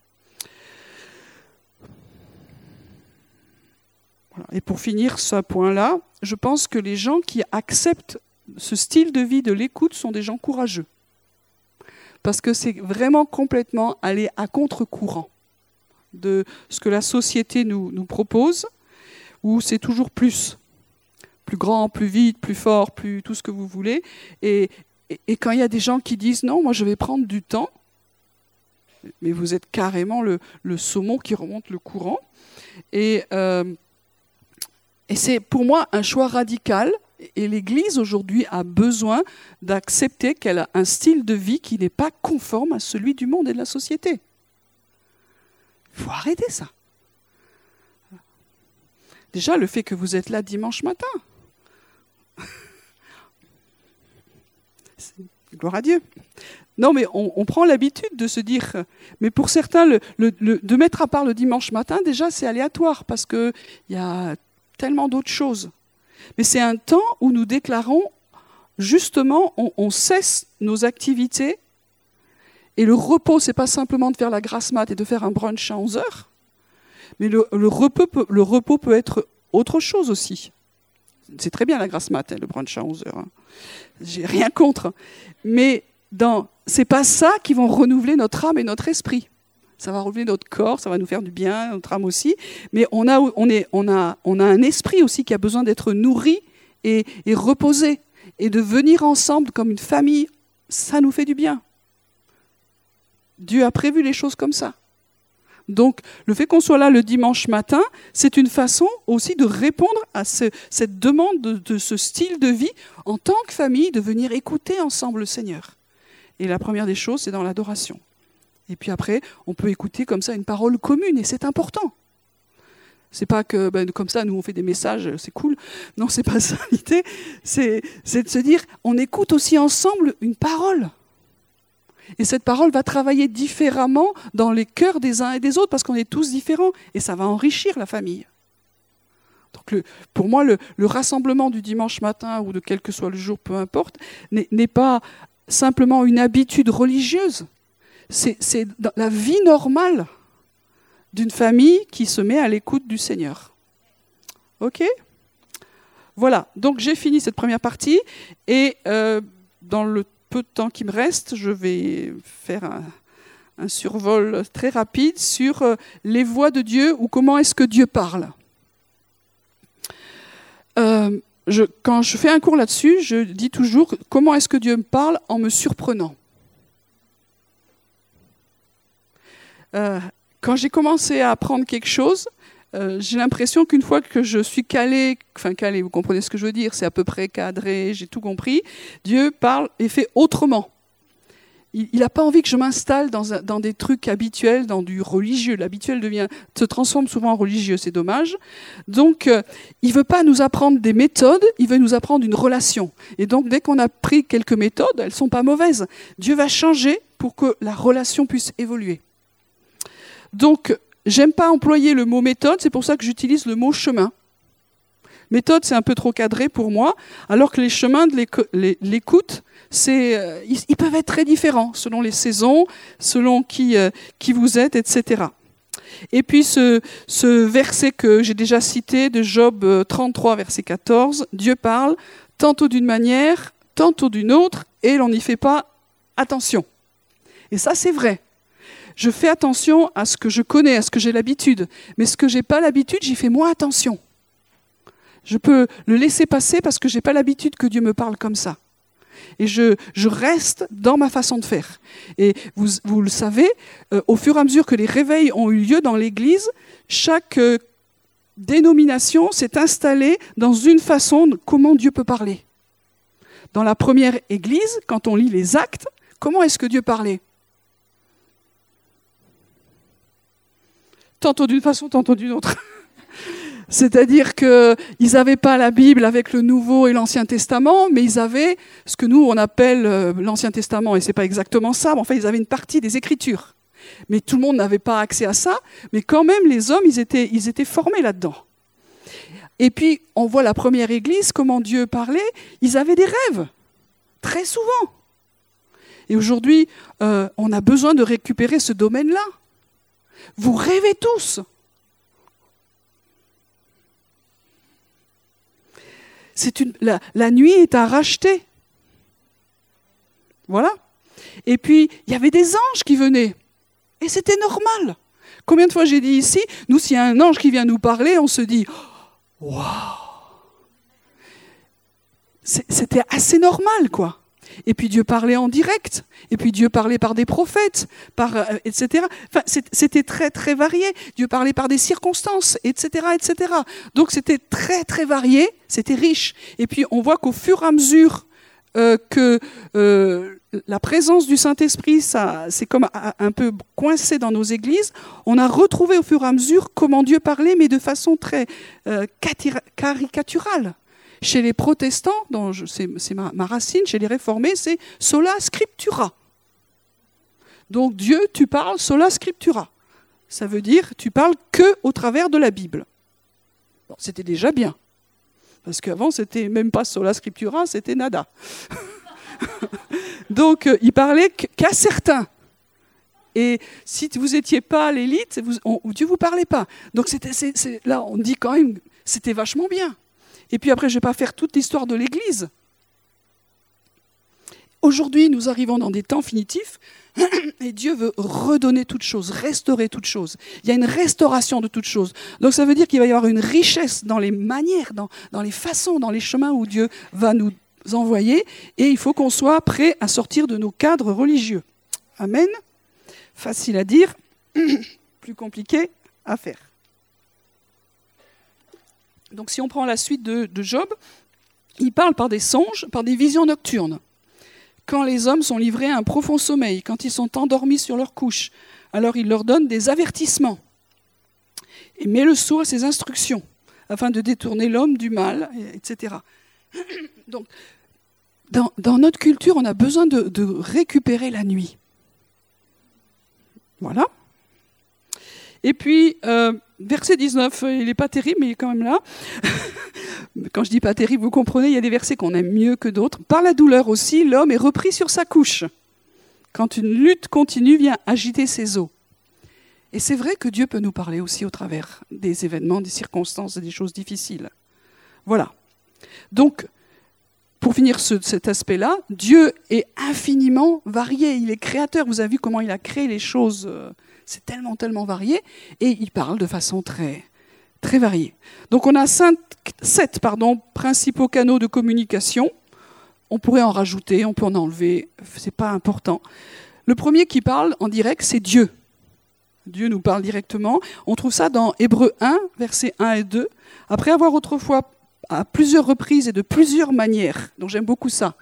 Voilà. Et pour finir ce point-là, je pense que les gens qui acceptent ce style de vie de l'écoute sont des gens courageux. Parce que c'est vraiment complètement aller à contre-courant de ce que la société nous propose, où c'est toujours plus grand, plus vite, plus fort, plus tout ce que vous voulez. Et quand il y a des gens qui disent « non, moi je vais prendre du temps », mais vous êtes carrément le saumon qui remonte le courant. Et c'est pour moi un choix radical. Et l'Église aujourd'hui a besoin d'accepter qu'elle a un style de vie qui n'est pas conforme à celui du monde et de la société. Il faut arrêter ça. Déjà, le fait que vous êtes là dimanche matin. Gloire à Dieu. Non, mais on prend l'habitude de se dire... Mais pour certains, de mettre à part le dimanche matin, déjà, c'est aléatoire parce qu'il y a tellement d'autres choses. Mais c'est un temps où nous déclarons, justement, on cesse nos activités. Et le repos, ce n'est pas simplement de faire la grasse mat et de faire un brunch à 11h. Mais le repos peut être autre chose aussi. C'est très bien la grasse mat, le brunch à 11h. J'ai rien contre. Mais c'est pas ça qui va renouveler notre âme et notre esprit. Ça va renouveler notre corps, ça va nous faire du bien, notre âme aussi. Mais on a un esprit aussi qui a besoin d'être nourri et reposé. Et de venir ensemble comme une famille, ça nous fait du bien. Dieu a prévu les choses comme ça. Donc, le fait qu'on soit là le dimanche matin, c'est une façon aussi de répondre à cette demande de ce style de vie en tant que famille, de venir écouter ensemble le Seigneur. Et la première des choses, c'est dans l'adoration. Et puis après, on peut écouter comme ça une parole commune, et c'est important. C'est pas que comme ça, nous on fait des messages, c'est cool. Non, c'est pas ça l'idée. C'est de se dire, on écoute aussi ensemble une parole. Et cette parole va travailler différemment dans les cœurs des uns et des autres, parce qu'on est tous différents, et ça va enrichir la famille. Donc pour moi, le rassemblement du dimanche matin, ou de quel que soit le jour, peu importe, n'est pas simplement une habitude religieuse. C'est dans la vie normale d'une famille qui se met à l'écoute du Seigneur. Ok ? Voilà, donc j'ai fini cette première partie, et dans le peu de temps qui me reste, je vais faire un survol très rapide sur les voix de Dieu, ou comment est-ce que Dieu parle. Quand je fais un cours là-dessus, je dis toujours comment est-ce que Dieu me parle en me surprenant. Quand j'ai commencé à apprendre quelque chose, j'ai l'impression qu'une fois que je suis calé, vous comprenez ce que je veux dire, c'est à peu près cadré, j'ai tout compris, Dieu parle et fait autrement. Il n'a pas envie que je m'installe dans des trucs habituels, dans du religieux. L'habituel se transforme souvent en religieux, c'est dommage. Donc, il ne veut pas nous apprendre des méthodes, il veut nous apprendre une relation. Et donc, dès qu'on a pris quelques méthodes, elles ne sont pas mauvaises. Dieu va changer pour que la relation puisse évoluer. Donc, j'aime pas employer le mot méthode, c'est pour ça que j'utilise le mot chemin. Méthode, c'est un peu trop cadré pour moi, alors que les chemins de l'écoute, ils peuvent être très différents selon les saisons, selon qui vous êtes, etc. Et puis ce verset que j'ai déjà cité de Job 33, verset 14, Dieu parle tantôt d'une manière, tantôt d'une autre, et l'on n'y fait pas attention. Et ça, c'est vrai. Je fais attention à ce que je connais, à ce que j'ai l'habitude. Mais ce que je n'ai pas l'habitude, j'y fais moins attention. Je peux le laisser passer parce que je n'ai pas l'habitude que Dieu me parle comme ça. Et je reste dans ma façon de faire. Et vous le savez, au fur et à mesure que les réveils ont eu lieu dans l'Église, chaque dénomination s'est installée dans une façon de comment Dieu peut parler. Dans la première Église, quand on lit les Actes, comment est-ce que Dieu parlait ? Tantôt d'une façon, tantôt d'une autre. C'est-à-dire qu'ils n'avaient pas la Bible avec le Nouveau et l'Ancien Testament, mais ils avaient ce que nous, on appelle l'Ancien Testament, et ce n'est pas exactement ça, mais enfin, ils avaient une partie des Écritures. Mais tout le monde n'avait pas accès à ça, mais quand même, les hommes, ils étaient formés là-dedans. Et puis, on voit la première Église, comment Dieu parlait, ils avaient des rêves, très souvent. Et aujourd'hui, on a besoin de récupérer ce domaine-là. Vous rêvez tous. La nuit est à racheter. Voilà. Et puis, il y avait des anges qui venaient. Et c'était normal. Combien de fois j'ai dit ici, nous, s'il y a un ange qui vient nous parler, on se dit « Waouh !» C'était assez normal, quoi. Et puis Dieu parlait en direct, et puis Dieu parlait par des prophètes, etc. Enfin, c'était très très varié. Dieu parlait par des circonstances, etc., etc. Donc c'était très très varié, c'était riche. Et puis on voit qu'au fur et à mesure que la présence du Saint-Esprit, ça, c'est comme un peu coincé dans nos églises, on a retrouvé au fur et à mesure comment Dieu parlait, mais de façon très caricaturale. Chez les protestants, c'est ma racine, chez les réformés, c'est sola scriptura. Donc Dieu, tu parles sola scriptura. Ça veut dire tu parles que au travers de la Bible. Bon, c'était déjà bien. Parce qu'avant, c'était même pas sola scriptura, c'était nada. Donc, il parlait qu'à certains. Et si vous n'étiez pas l'élite, Dieu ne vous parlait pas. Donc, là, on dit quand même, C'était vachement bien. Et puis après, je ne vais pas faire toute l'histoire de l'Église. Aujourd'hui, nous arrivons dans des temps finitifs et Dieu veut redonner toutes choses, restaurer toutes choses. Il y a une restauration de toutes choses. Donc ça veut dire qu'il va y avoir une richesse dans les manières, dans les façons, dans les chemins où Dieu va nous envoyer. Et il faut qu'on soit prêt à sortir de nos cadres religieux. Amen. Facile à dire, plus compliqué à faire. Donc si on prend la suite de Job, il parle par des songes, par des visions nocturnes. Quand les hommes sont livrés à un profond sommeil, quand ils sont endormis sur leur couche, alors il leur donne des avertissements et met le sceau à ses instructions, afin de détourner l'homme du mal, etc. Donc, dans notre culture, on a besoin de récupérer la nuit. Voilà. Et puis, verset 19, il n'est pas terrible, mais il est quand même là. Quand je dis pas terrible, vous comprenez, il y a des versets qu'on aime mieux que d'autres. Par la douleur aussi, l'homme est repris sur sa couche, quand une lutte continue vient agiter ses os. Et c'est vrai que Dieu peut nous parler aussi au travers des événements, des circonstances et des choses difficiles. Voilà. Donc, pour finir cet aspect-là, Dieu est infiniment varié. Il est créateur. Vous avez vu comment il a créé les choses. C'est tellement, tellement varié. Et il parle de façon très, très variée. Donc, on a 7 principaux canaux de communication. On pourrait en rajouter, on peut en enlever. Ce n'est pas important. Le premier qui parle en direct, c'est Dieu. Dieu nous parle directement. On trouve ça dans Hébreux 1, versets 1 et 2. Après avoir autrefois, à plusieurs reprises et de plusieurs manières, donc j'aime beaucoup ça,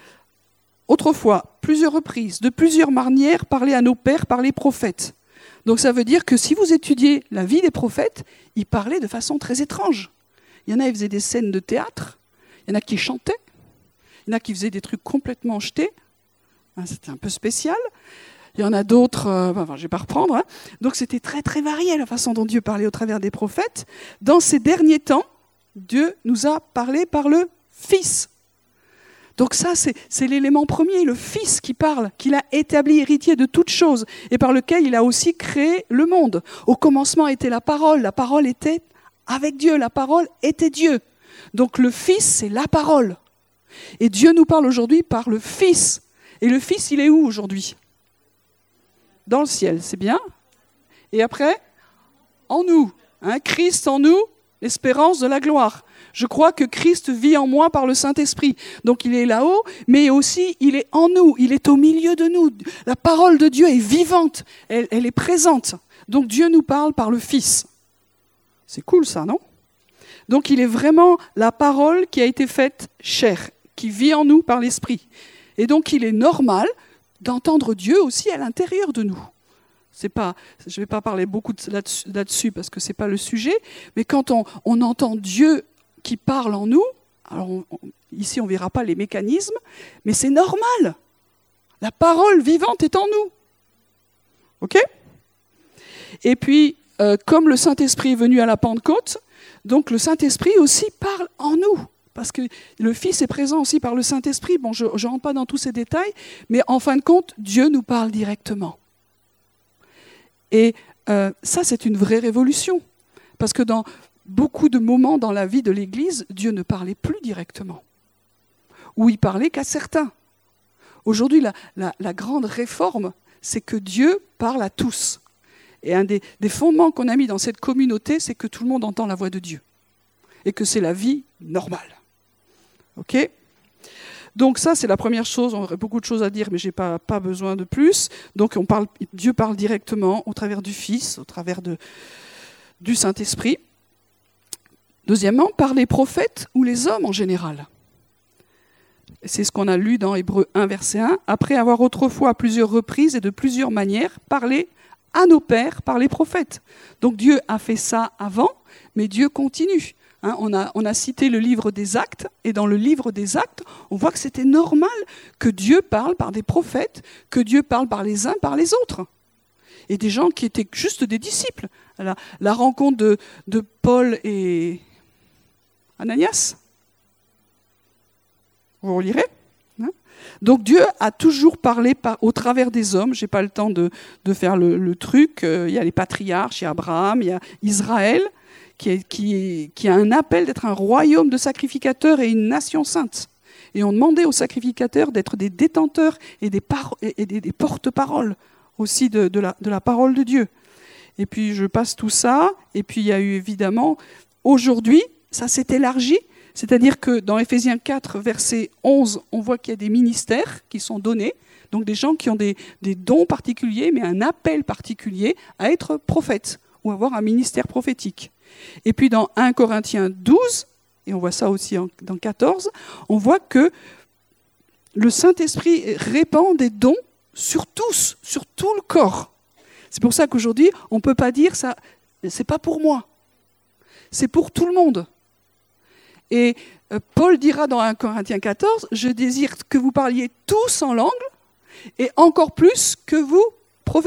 autrefois, plusieurs reprises, de plusieurs manières, parlé à nos pères par les prophètes. Donc ça veut dire que si vous étudiez la vie des prophètes, ils parlaient de façon très étrange. Il y en a qui faisaient des scènes de théâtre, il y en a qui chantaient, il y en a qui faisaient des trucs complètement jetés. C'était un peu spécial. Il y en a d'autres, je ne vais pas reprendre. Donc c'était très très varié la façon dont Dieu parlait au travers des prophètes. Dans ces derniers temps, Dieu nous a parlé par le Fils. Donc ça, c'est l'élément premier, le Fils qui parle, qu'il a établi héritier de toutes choses et par lequel il a aussi créé le monde. Au commencement était la parole était avec Dieu, la parole était Dieu. Donc le Fils, c'est la parole. Et Dieu nous parle aujourd'hui par le Fils. Et le Fils, il est où aujourd'hui ? Dans le ciel, c'est bien. Et après, en nous. Christ en nous, l'espérance de la gloire. Je crois que Christ vit en moi par le Saint-Esprit. Donc il est là-haut, mais aussi il est en nous, il est au milieu de nous. La parole de Dieu est vivante, elle est présente. Donc Dieu nous parle par le Fils. C'est cool ça, non ? Donc il est vraiment la parole qui a été faite chair, qui vit en nous par l'Esprit. Et donc il est normal d'entendre Dieu aussi à l'intérieur de nous. Je ne vais pas parler beaucoup là-dessus parce que ce n'est pas le sujet, mais quand on entend Dieu qui parle en nous, alors ici on ne verra pas les mécanismes, mais c'est normal. La parole vivante est en nous. OK ? Et puis, comme le Saint-Esprit est venu à la Pentecôte, donc le Saint-Esprit aussi parle en nous. Parce que le Fils est présent aussi par le Saint-Esprit. Bon, je ne rentre pas dans tous ces détails, mais en fin de compte, Dieu nous parle directement. Et ça, c'est une vraie révolution. Parce que dans beaucoup de moments dans la vie de l'Église, Dieu ne parlait plus directement. Ou il parlait qu'à certains. Aujourd'hui, la grande réforme, c'est que Dieu parle à tous. Et un des fondements qu'on a mis dans cette communauté, c'est que tout le monde entend la voix de Dieu. Et que c'est la vie normale. OK ? Donc ça, c'est la première chose. On aurait beaucoup de choses à dire, mais je n'ai pas besoin de plus. Donc Dieu parle directement au travers du Fils, au travers du Saint-Esprit. Deuxièmement, par les prophètes ou les hommes en général. C'est ce qu'on a lu dans Hébreux 1, verset 1. Après avoir autrefois à plusieurs reprises et de plusieurs manières parlé à nos pères par les prophètes. Donc Dieu a fait ça avant, mais Dieu continue. On a cité le livre des Actes, et dans le livre des Actes, on voit que c'était normal que Dieu parle par des prophètes, que Dieu parle par les uns, par les autres. Et des gens qui étaient juste des disciples. La rencontre de Paul et Ananias, vous relirez. Donc Dieu a toujours parlé au travers des hommes. Je n'ai pas le temps de faire le truc. Il y a les patriarches, il y a Abraham, il y a Israël, qui a un appel d'être un royaume de sacrificateurs et une nation sainte. Et on demandait aux sacrificateurs d'être des détenteurs et des porte-paroles aussi de la parole de Dieu. Et puis je passe tout ça. Et puis il y a eu évidemment, aujourd'hui, ça s'est élargi. C'est-à-dire que dans Éphésiens 4, verset 11, on voit qu'il y a des ministères qui sont donnés, donc des gens qui ont des dons particuliers, mais un appel particulier à être prophète ou avoir un ministère prophétique. Et puis dans 1 Corinthiens 12, et on voit ça aussi dans 14, on voit que le Saint-Esprit répand des dons sur tous, sur tout le corps. C'est pour ça qu'aujourd'hui, on ne peut pas dire ça, c'est pas pour moi, c'est pour tout le monde. Et Paul dira dans 1 Corinthiens 14, « Je désire que vous parliez tous en langue, et encore plus que vous prophétisiez. »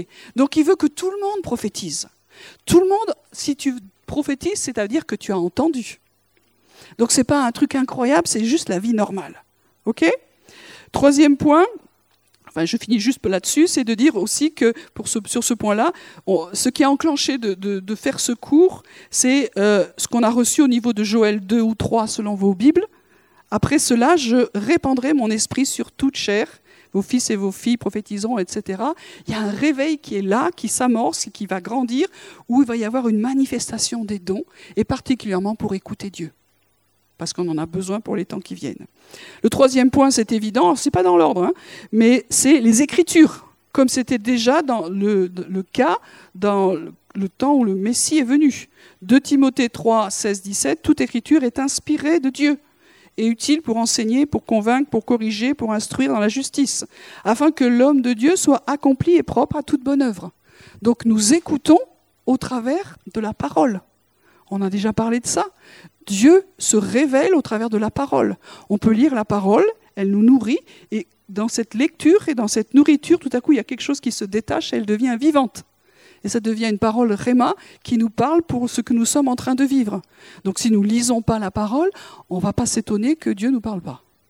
Donc il veut que tout le monde prophétise. Tout le monde, si tu prophétises, c'est-à-dire que tu as entendu. Donc ce n'est pas un truc incroyable, c'est juste la vie normale. Ok ? Troisième point, je finis juste là-dessus, c'est de dire aussi que sur ce point-là, ce qui a enclenché de faire ce cours, c'est ce qu'on a reçu au niveau de Joël 2 ou 3 selon vos Bibles. Après cela, je répandrai mon esprit sur toute chair, vos fils et vos filles prophétiseront, etc. Il y a un réveil qui est là, qui s'amorce, qui va grandir, où il va y avoir une manifestation des dons, et particulièrement pour écouter Dieu. Parce qu'on en a besoin pour les temps qui viennent. Le troisième point, c'est évident, ce n'est pas dans l'ordre, mais c'est les Écritures, comme c'était déjà dans le cas dans le temps où le Messie est venu. 2 Timothée 3, 16, 17, toute Écriture est inspirée de Dieu et utile pour enseigner, pour convaincre, pour corriger, pour instruire dans la justice, afin que l'homme de Dieu soit accompli et propre à toute bonne œuvre. Donc nous écoutons au travers de la parole. On a déjà parlé de ça. Dieu se révèle au travers de la parole. On peut lire la parole, elle nous nourrit, et dans cette lecture et dans cette nourriture, tout à coup, il y a quelque chose qui se détache et elle devient vivante. Et ça devient une parole réma qui nous parle pour ce que nous sommes en train de vivre. Donc si nous ne lisons pas la parole, on ne va pas s'étonner que Dieu ne nous parle pas. Ok ?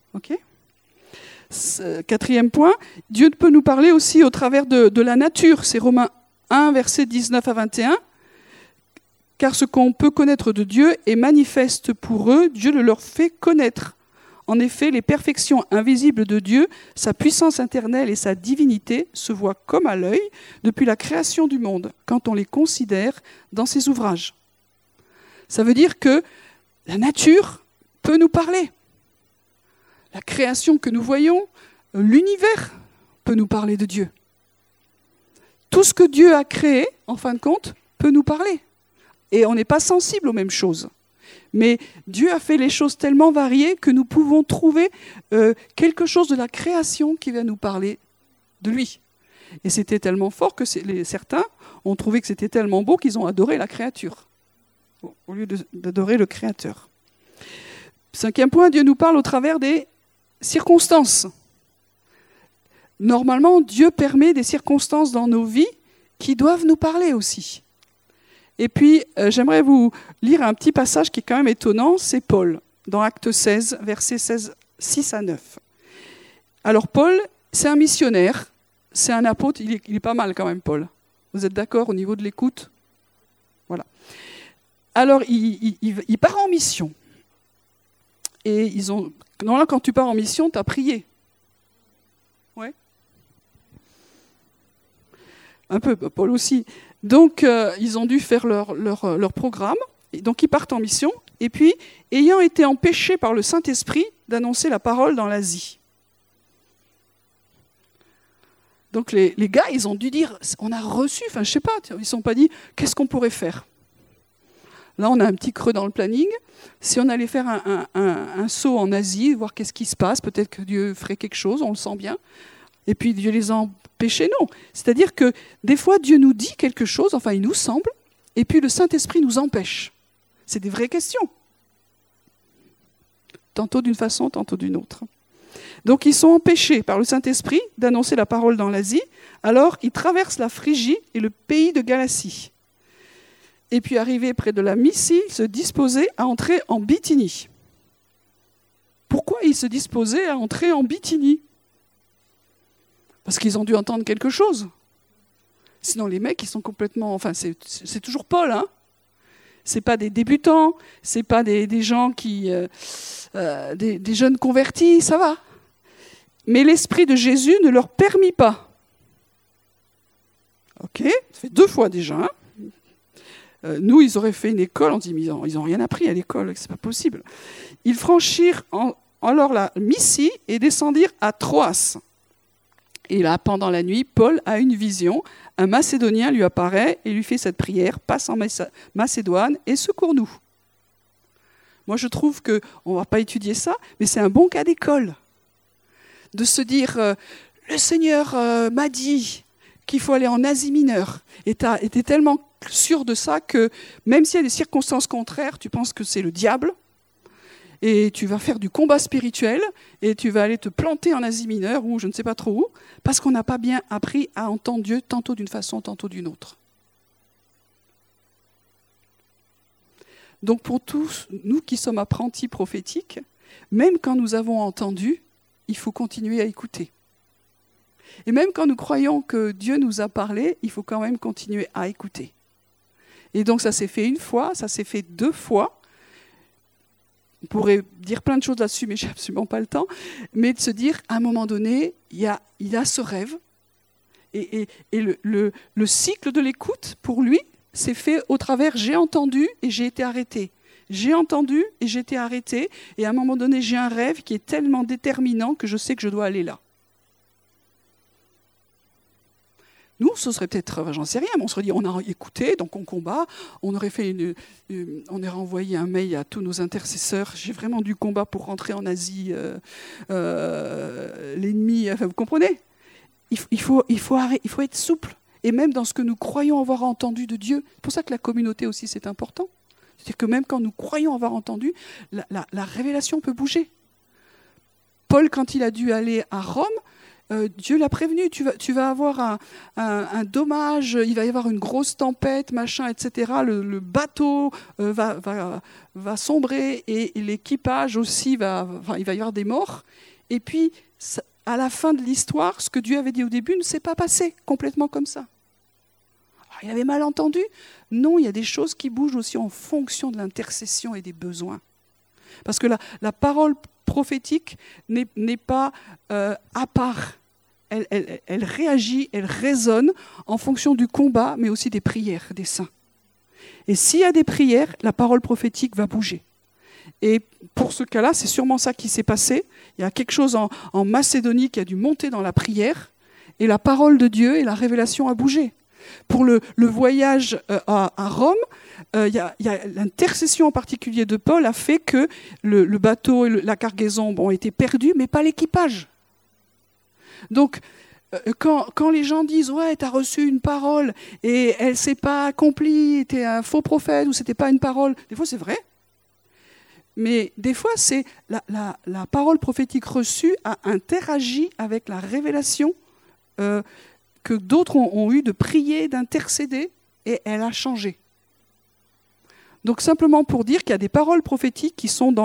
Quatrième point, Dieu peut nous parler aussi au travers de la nature. C'est Romains 1, versets 19 à 21. Car ce qu'on peut connaître de Dieu est manifeste pour eux, Dieu le leur fait connaître. En effet, les perfections invisibles de Dieu, sa puissance éternelle et sa divinité se voient comme à l'œil depuis la création du monde, quand on les considère dans ses ouvrages. Ça veut dire que la nature peut nous parler. La création que nous voyons, l'univers peut nous parler de Dieu. Tout ce que Dieu a créé, en fin de compte, peut nous parler. Et on n'est pas sensible aux mêmes choses. Mais Dieu a fait les choses tellement variées que nous pouvons trouver quelque chose de la création qui va nous parler de lui. Et c'était tellement fort que certains ont trouvé que c'était tellement beau qu'ils ont adoré la créature, au lieu d'adorer le Créateur. Cinquième point, Dieu nous parle au travers des circonstances. Normalement, Dieu permet des circonstances dans nos vies qui doivent nous parler aussi. Et puis, j'aimerais vous lire un petit passage qui est quand même étonnant, c'est Paul, dans Actes 16, versets 6 à 9. Alors Paul, c'est un missionnaire, c'est un apôtre, il est pas mal quand même, Paul. Vous êtes d'accord au niveau de l'écoute ? Voilà. Alors, il part en mission. Et normalement, quand tu pars en mission, tu as prié. Ouais. Un peu, Paul aussi. Donc, ils ont dû faire leur programme. Et donc, ils partent en mission. Et puis, ayant été empêchés par le Saint-Esprit d'annoncer la parole dans l'Asie. Donc, les gars, ils ont dû dire, on a reçu, je ne sais pas, ils ne se sont pas dit, qu'est-ce qu'on pourrait faire ? Là, on a un petit creux dans le planning. Si on allait faire un saut en Asie, voir qu'est-ce qui se passe, peut-être que Dieu ferait quelque chose, on le sent bien. Et puis Dieu les a empêchés, non. C'est-à-dire que des fois, Dieu nous dit quelque chose, enfin il nous semble, et puis le Saint-Esprit nous empêche. C'est des vraies questions. Tantôt d'une façon, tantôt d'une autre. Donc ils sont empêchés par le Saint-Esprit d'annoncer la parole dans l'Asie, alors ils traversent la Phrygie et le pays de Galatie. Et puis arrivés près de la Mysie, ils se disposaient à entrer en Bithynie. pourquoi ils se disposaient à entrer en Bithynie? Parce qu'ils ont dû entendre quelque chose. Sinon, les mecs, ils sont complètement... Enfin, c'est toujours Paul, hein. C'est pas des débutants, c'est pas des gens qui... des jeunes convertis, ça va. Mais l'Esprit de Jésus ne leur permit pas. Ok, ça fait 2 fois déjà. Hein. Nous, ils auraient fait une école, on dit, mais ils n'ont rien appris à l'école, c'est pas possible. Ils franchirent alors la Mysie et descendirent à Troas. Et là, pendant la nuit, Paul a une vision. Un Macédonien lui apparaît et lui fait cette prière, passe en Macédoine et secours-nous. Moi, je trouve qu'on ne va pas étudier ça, mais c'est un bon cas d'école. De se dire, le Seigneur m'a dit qu'il faut aller en Asie mineure. Et tu es tellement sûr de ça que même s'il y a des circonstances contraires, tu penses que c'est le diable. Et tu vas faire du combat spirituel et tu vas aller te planter en Asie mineure ou je ne sais pas trop où, parce qu'on n'a pas bien appris à entendre Dieu tantôt d'une façon, tantôt d'une autre. Donc pour tous, nous qui sommes apprentis prophétiques, même quand nous avons entendu, il faut continuer à écouter. Et même quand nous croyons que Dieu nous a parlé, il faut quand même continuer à écouter. Et donc ça s'est fait 1 fois, ça s'est fait 2 fois. On pourrait dire plein de choses là-dessus, mais je n'ai absolument pas le temps. Mais de se dire, à un moment donné, il a ce rêve. Et le cycle de l'écoute, pour lui, s'est fait au travers « j'ai entendu et j'ai été arrêté ». J'ai entendu et j'ai été arrêté. Et à un moment donné, j'ai un rêve qui est tellement déterminant que je sais que je dois aller là. Nous, ce serait peut-être, j'en sais rien, mais on serait dit, on a écouté, donc on combat, on aurait envoyé un mail à tous nos intercesseurs, j'ai vraiment du combat pour rentrer en Asie, l'ennemi, enfin, vous comprenez ? Il faut être souple, et même dans ce que nous croyons avoir entendu de Dieu, c'est pour ça que la communauté aussi c'est important, c'est-à-dire que même quand nous croyons avoir entendu, la révélation peut bouger. Paul, quand il a dû aller à Rome, Dieu l'a prévenu, tu vas avoir un dommage, il va y avoir une grosse tempête, machin, etc. Le bateau va sombrer et l'équipage aussi, il va y avoir des morts. Et puis, à la fin de l'histoire, ce que Dieu avait dit au début ne s'est pas passé complètement comme ça. Alors, il avait mal entendu ? Non, il y a des choses qui bougent aussi en fonction de l'intercession et des besoins. Parce que la parole prophétique n'est pas à part. Elle réagit, elle résonne en fonction du combat, mais aussi des prières des saints. Et s'il y a des prières, la parole prophétique va bouger. Et pour ce cas-là, c'est sûrement ça qui s'est passé. Il y a quelque chose en Macédonie qui a dû monter dans la prière, et la parole de Dieu et la révélation a bougé. Pour le voyage à Rome, l'intercession en particulier de Paul a fait que le bateau et la cargaison ont été perdus, mais pas l'équipage. Donc, quand les gens disent « Ouais, tu as reçu une parole et elle ne s'est pas accomplie, tu es un faux prophète ou ce n'était pas une parole », des fois c'est vrai. Mais des fois, c'est la parole prophétique reçue a interagi avec la révélation que d'autres ont eu de prier, d'intercéder, et elle a changé. Donc simplement pour dire qu'il y a des paroles prophétiques qui sont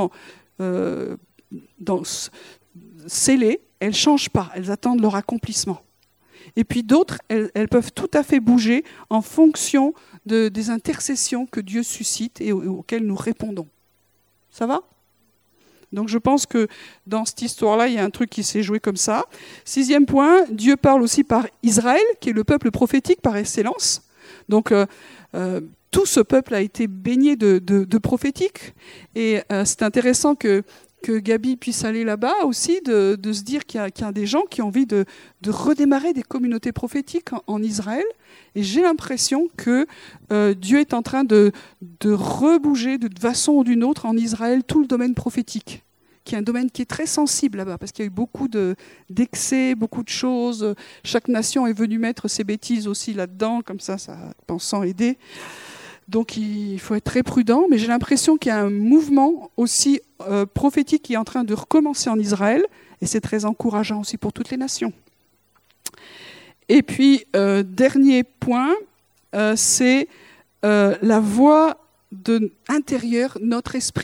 scellées, elles ne changent pas, elles attendent leur accomplissement. Et puis d'autres, elles peuvent tout à fait bouger en fonction des intercessions que Dieu suscite et auxquelles nous répondons. Ça va ? Donc je pense que dans cette histoire-là, il y a un truc qui s'est joué comme ça. 6e point, Dieu parle aussi par Israël, qui est le peuple prophétique par excellence. Donc tout ce peuple a été baigné de prophétique. Et c'est intéressant que Gabi puisse aller là-bas aussi, de se dire qu'il y a des gens qui ont envie de redémarrer des communautés prophétiques en Israël. Et j'ai l'impression que Dieu est en train de rebouger de façon ou d'une autre en Israël tout le domaine prophétique, qui est un domaine qui est très sensible là-bas, parce qu'il y a eu beaucoup d'excès, beaucoup de choses. Chaque nation est venue mettre ses bêtises aussi là-dedans, comme ça pensant aider. Donc il faut être très prudent, mais j'ai l'impression qu'il y a un mouvement aussi prophétique qui est en train de recommencer en Israël, et c'est très encourageant aussi pour toutes les nations. Et puis, dernier point, c'est la voix intérieure, notre esprit.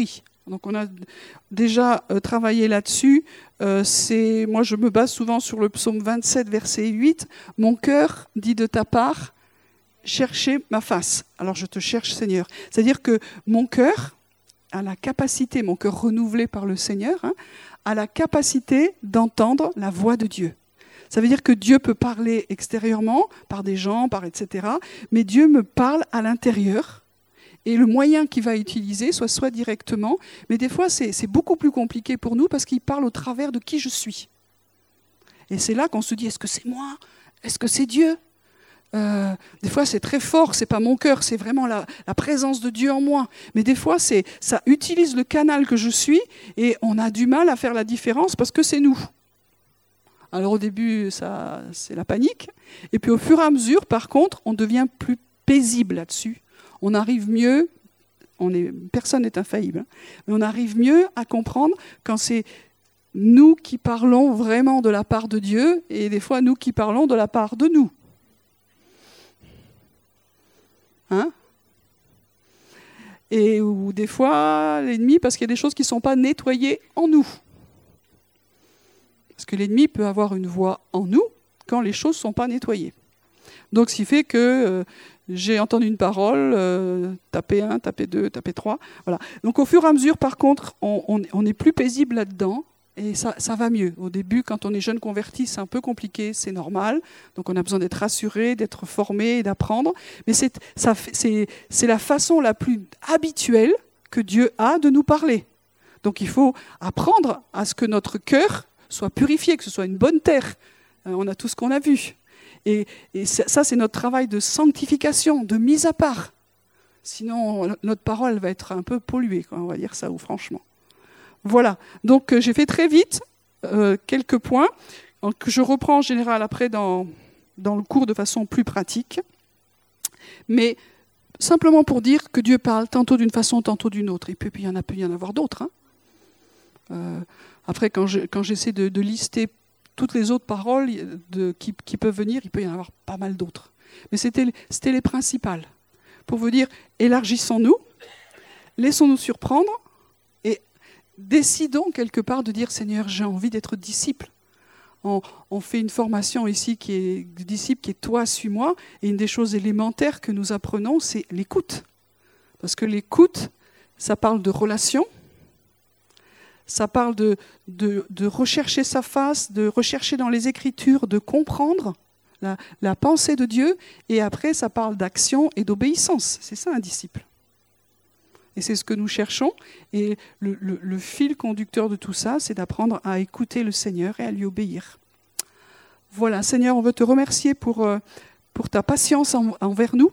Donc on a déjà travaillé là-dessus. Moi, je me base souvent sur le psaume 27, verset 8. « Mon cœur dit de ta part, cherchez ma face. » Alors je te cherche, Seigneur. C'est-à-dire que mon cœur a la capacité, mon cœur renouvelé par le Seigneur, a la capacité d'entendre la voix de Dieu. Ça veut dire que Dieu peut parler extérieurement, par des gens, etc. Mais Dieu me parle à l'intérieur. Et le moyen qu'il va utiliser, soit directement, mais des fois c'est beaucoup plus compliqué pour nous parce qu'il parle au travers de qui je suis. Et c'est là qu'on se dit, est-ce que c'est moi ? Est-ce que c'est Dieu ? Des fois c'est très fort, c'est pas mon cœur, c'est vraiment la présence de Dieu en moi. Mais des fois ça utilise le canal que je suis et on a du mal à faire la différence parce que c'est nous. Alors au début, c'est la panique. Et puis au fur et à mesure, par contre, on devient plus paisible là-dessus. On arrive mieux, personne n'est infaillible, mais on arrive mieux à comprendre quand c'est nous qui parlons vraiment de la part de Dieu et des fois nous qui parlons de la part de nous. Et ou des fois, l'ennemi, parce qu'il y a des choses qui ne sont pas nettoyées en nous. Parce que l'ennemi peut avoir une voix en nous quand les choses ne sont pas nettoyées. Donc, ce qui fait que j'ai entendu une parole, taper 1, taper 2, taper 3. Voilà. Donc, au fur et à mesure, par contre, on est plus paisible là-dedans et ça va mieux. Au début, quand on est jeune converti, c'est un peu compliqué, c'est normal. Donc, on a besoin d'être rassuré, d'être formé et d'apprendre. Mais c'est la façon la plus habituelle que Dieu a de nous parler. Donc, il faut apprendre à ce que notre cœur soit purifié, que ce soit une bonne terre. On a tout ce qu'on a vu. Et ça, c'est notre travail de sanctification, de mise à part. Sinon, notre parole va être un peu polluée, on va dire ça, ou franchement. Voilà. Donc, j'ai fait très vite quelques points que je reprends en général après dans le cours de façon plus pratique. Mais simplement pour dire que Dieu parle tantôt d'une façon, tantôt d'une autre. Et puis, il peut y en avoir d'autres. Après, quand j'essaie de lister toutes les autres paroles qui peuvent venir, il peut y en avoir pas mal d'autres. Mais c'était les principales. Pour vous dire, élargissons-nous, laissons-nous surprendre et décidons quelque part de dire, Seigneur, j'ai envie d'être disciple. On fait une formation ici qui est disciple, qui est toi, suis-moi. Et une des choses élémentaires que nous apprenons, c'est l'écoute. Parce que l'écoute, ça parle de relation. Ça parle de rechercher sa face, de rechercher dans les Écritures, de comprendre la pensée de Dieu. Et après, ça parle d'action et d'obéissance. C'est ça un disciple. Et c'est ce que nous cherchons. Et le fil conducteur de tout ça, c'est d'apprendre à écouter le Seigneur et à lui obéir. Voilà, Seigneur, on veut te remercier pour ta patience envers nous,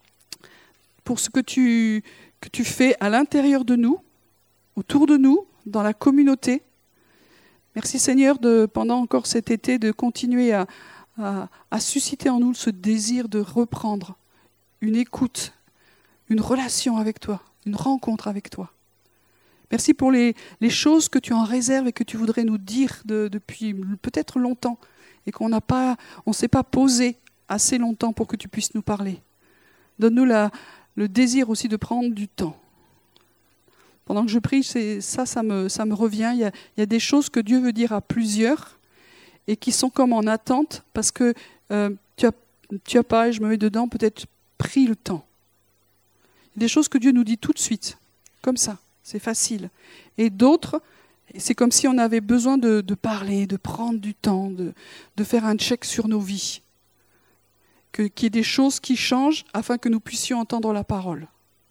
pour ce que tu fais à l'intérieur de nous, autour de nous, dans la communauté. Merci Seigneur pendant encore cet été de continuer à susciter en nous ce désir de reprendre une écoute, une relation avec toi, une rencontre avec toi. Merci pour les choses que tu en réserves et que tu voudrais nous dire depuis peut-être longtemps et qu'on ne s'est pas posé assez longtemps pour que tu puisses nous parler. Donne-nous le désir aussi de prendre du temps. Pendant que je prie, ça me revient. Il y a des choses que Dieu veut dire à plusieurs et qui sont comme en attente parce que tu as pas, et je me mets dedans, peut-être pris le temps. Il y a des choses que Dieu nous dit tout de suite, comme ça, c'est facile. Et d'autres, c'est comme si on avait besoin de parler, de prendre du temps, de faire un check sur nos vies. Qu'il y ait des choses qui changent afin que nous puissions entendre la parole.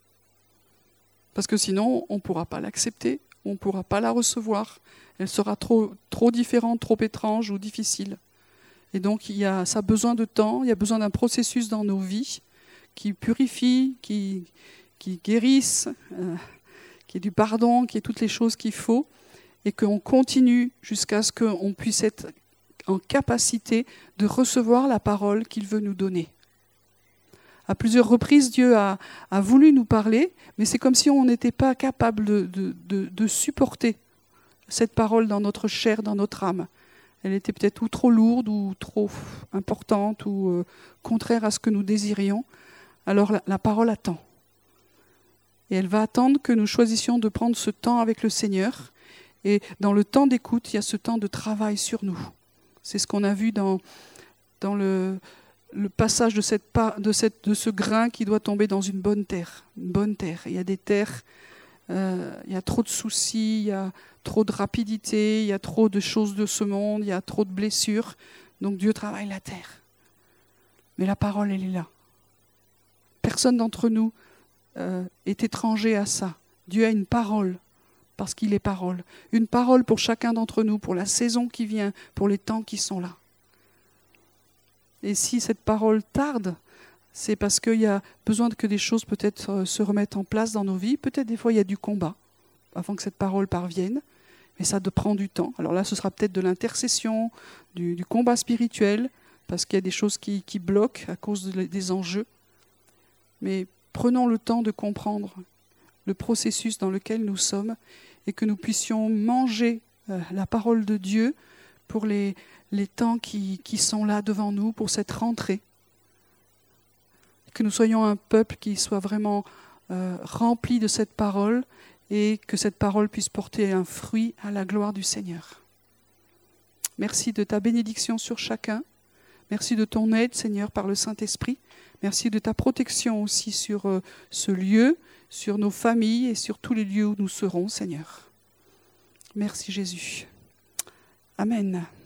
Parce que sinon, on ne pourra pas l'accepter, on ne pourra pas la recevoir. Elle sera trop différente, trop étrange ou difficile. Et donc, ça a besoin de temps, il y a besoin d'un processus dans nos vies qui purifie, qui guérisse, qui est du pardon, qui est toutes les choses qu'il faut, et qu'on continue jusqu'à ce qu'on puisse être en capacité de recevoir la parole qu'il veut nous donner. À plusieurs reprises, Dieu a voulu nous parler, mais c'est comme si on n'était pas capable de supporter cette parole dans notre chair, dans notre âme. Elle était peut-être ou trop lourde, ou trop importante, ou contraire à ce que nous désirions. Alors la parole attend. Et elle va attendre que nous choisissions de prendre ce temps avec le Seigneur. Et dans le temps d'écoute, il y a ce temps de travail sur nous. C'est ce qu'on a vu dans le passage de ce grain qui doit tomber dans une bonne terre. Une bonne terre. Il y a des terres, il y a trop de soucis, il y a trop de rapidité, il y a trop de choses de ce monde, il y a trop de blessures. Donc Dieu travaille la terre. Mais la parole, elle est là. Personne d'entre nous est étranger à ça. Dieu a une parole, parce qu'il est parole. Une parole pour chacun d'entre nous, pour la saison qui vient, pour les temps qui sont là. Et si cette parole tarde, c'est parce qu'il y a besoin que des choses peut-être se remettent en place dans nos vies. Peut-être des fois il y a du combat avant que cette parole parvienne, mais ça prend du temps. Alors là, ce sera peut-être de l'intercession, du combat spirituel, parce qu'il y a des choses qui bloquent à cause des enjeux. Mais prenons le temps de comprendre le processus dans lequel nous sommes et que nous puissions manger la parole de Dieu pour les temps qui sont là devant nous, pour cette rentrée. Que nous soyons un peuple qui soit vraiment rempli de cette parole et que cette parole puisse porter un fruit à la gloire du Seigneur. Merci de ta bénédiction sur chacun. Merci de ton aide, Seigneur, par le Saint-Esprit. Merci de ta protection aussi sur ce lieu, sur nos familles et sur tous les lieux où nous serons, Seigneur. Merci Jésus. Amen.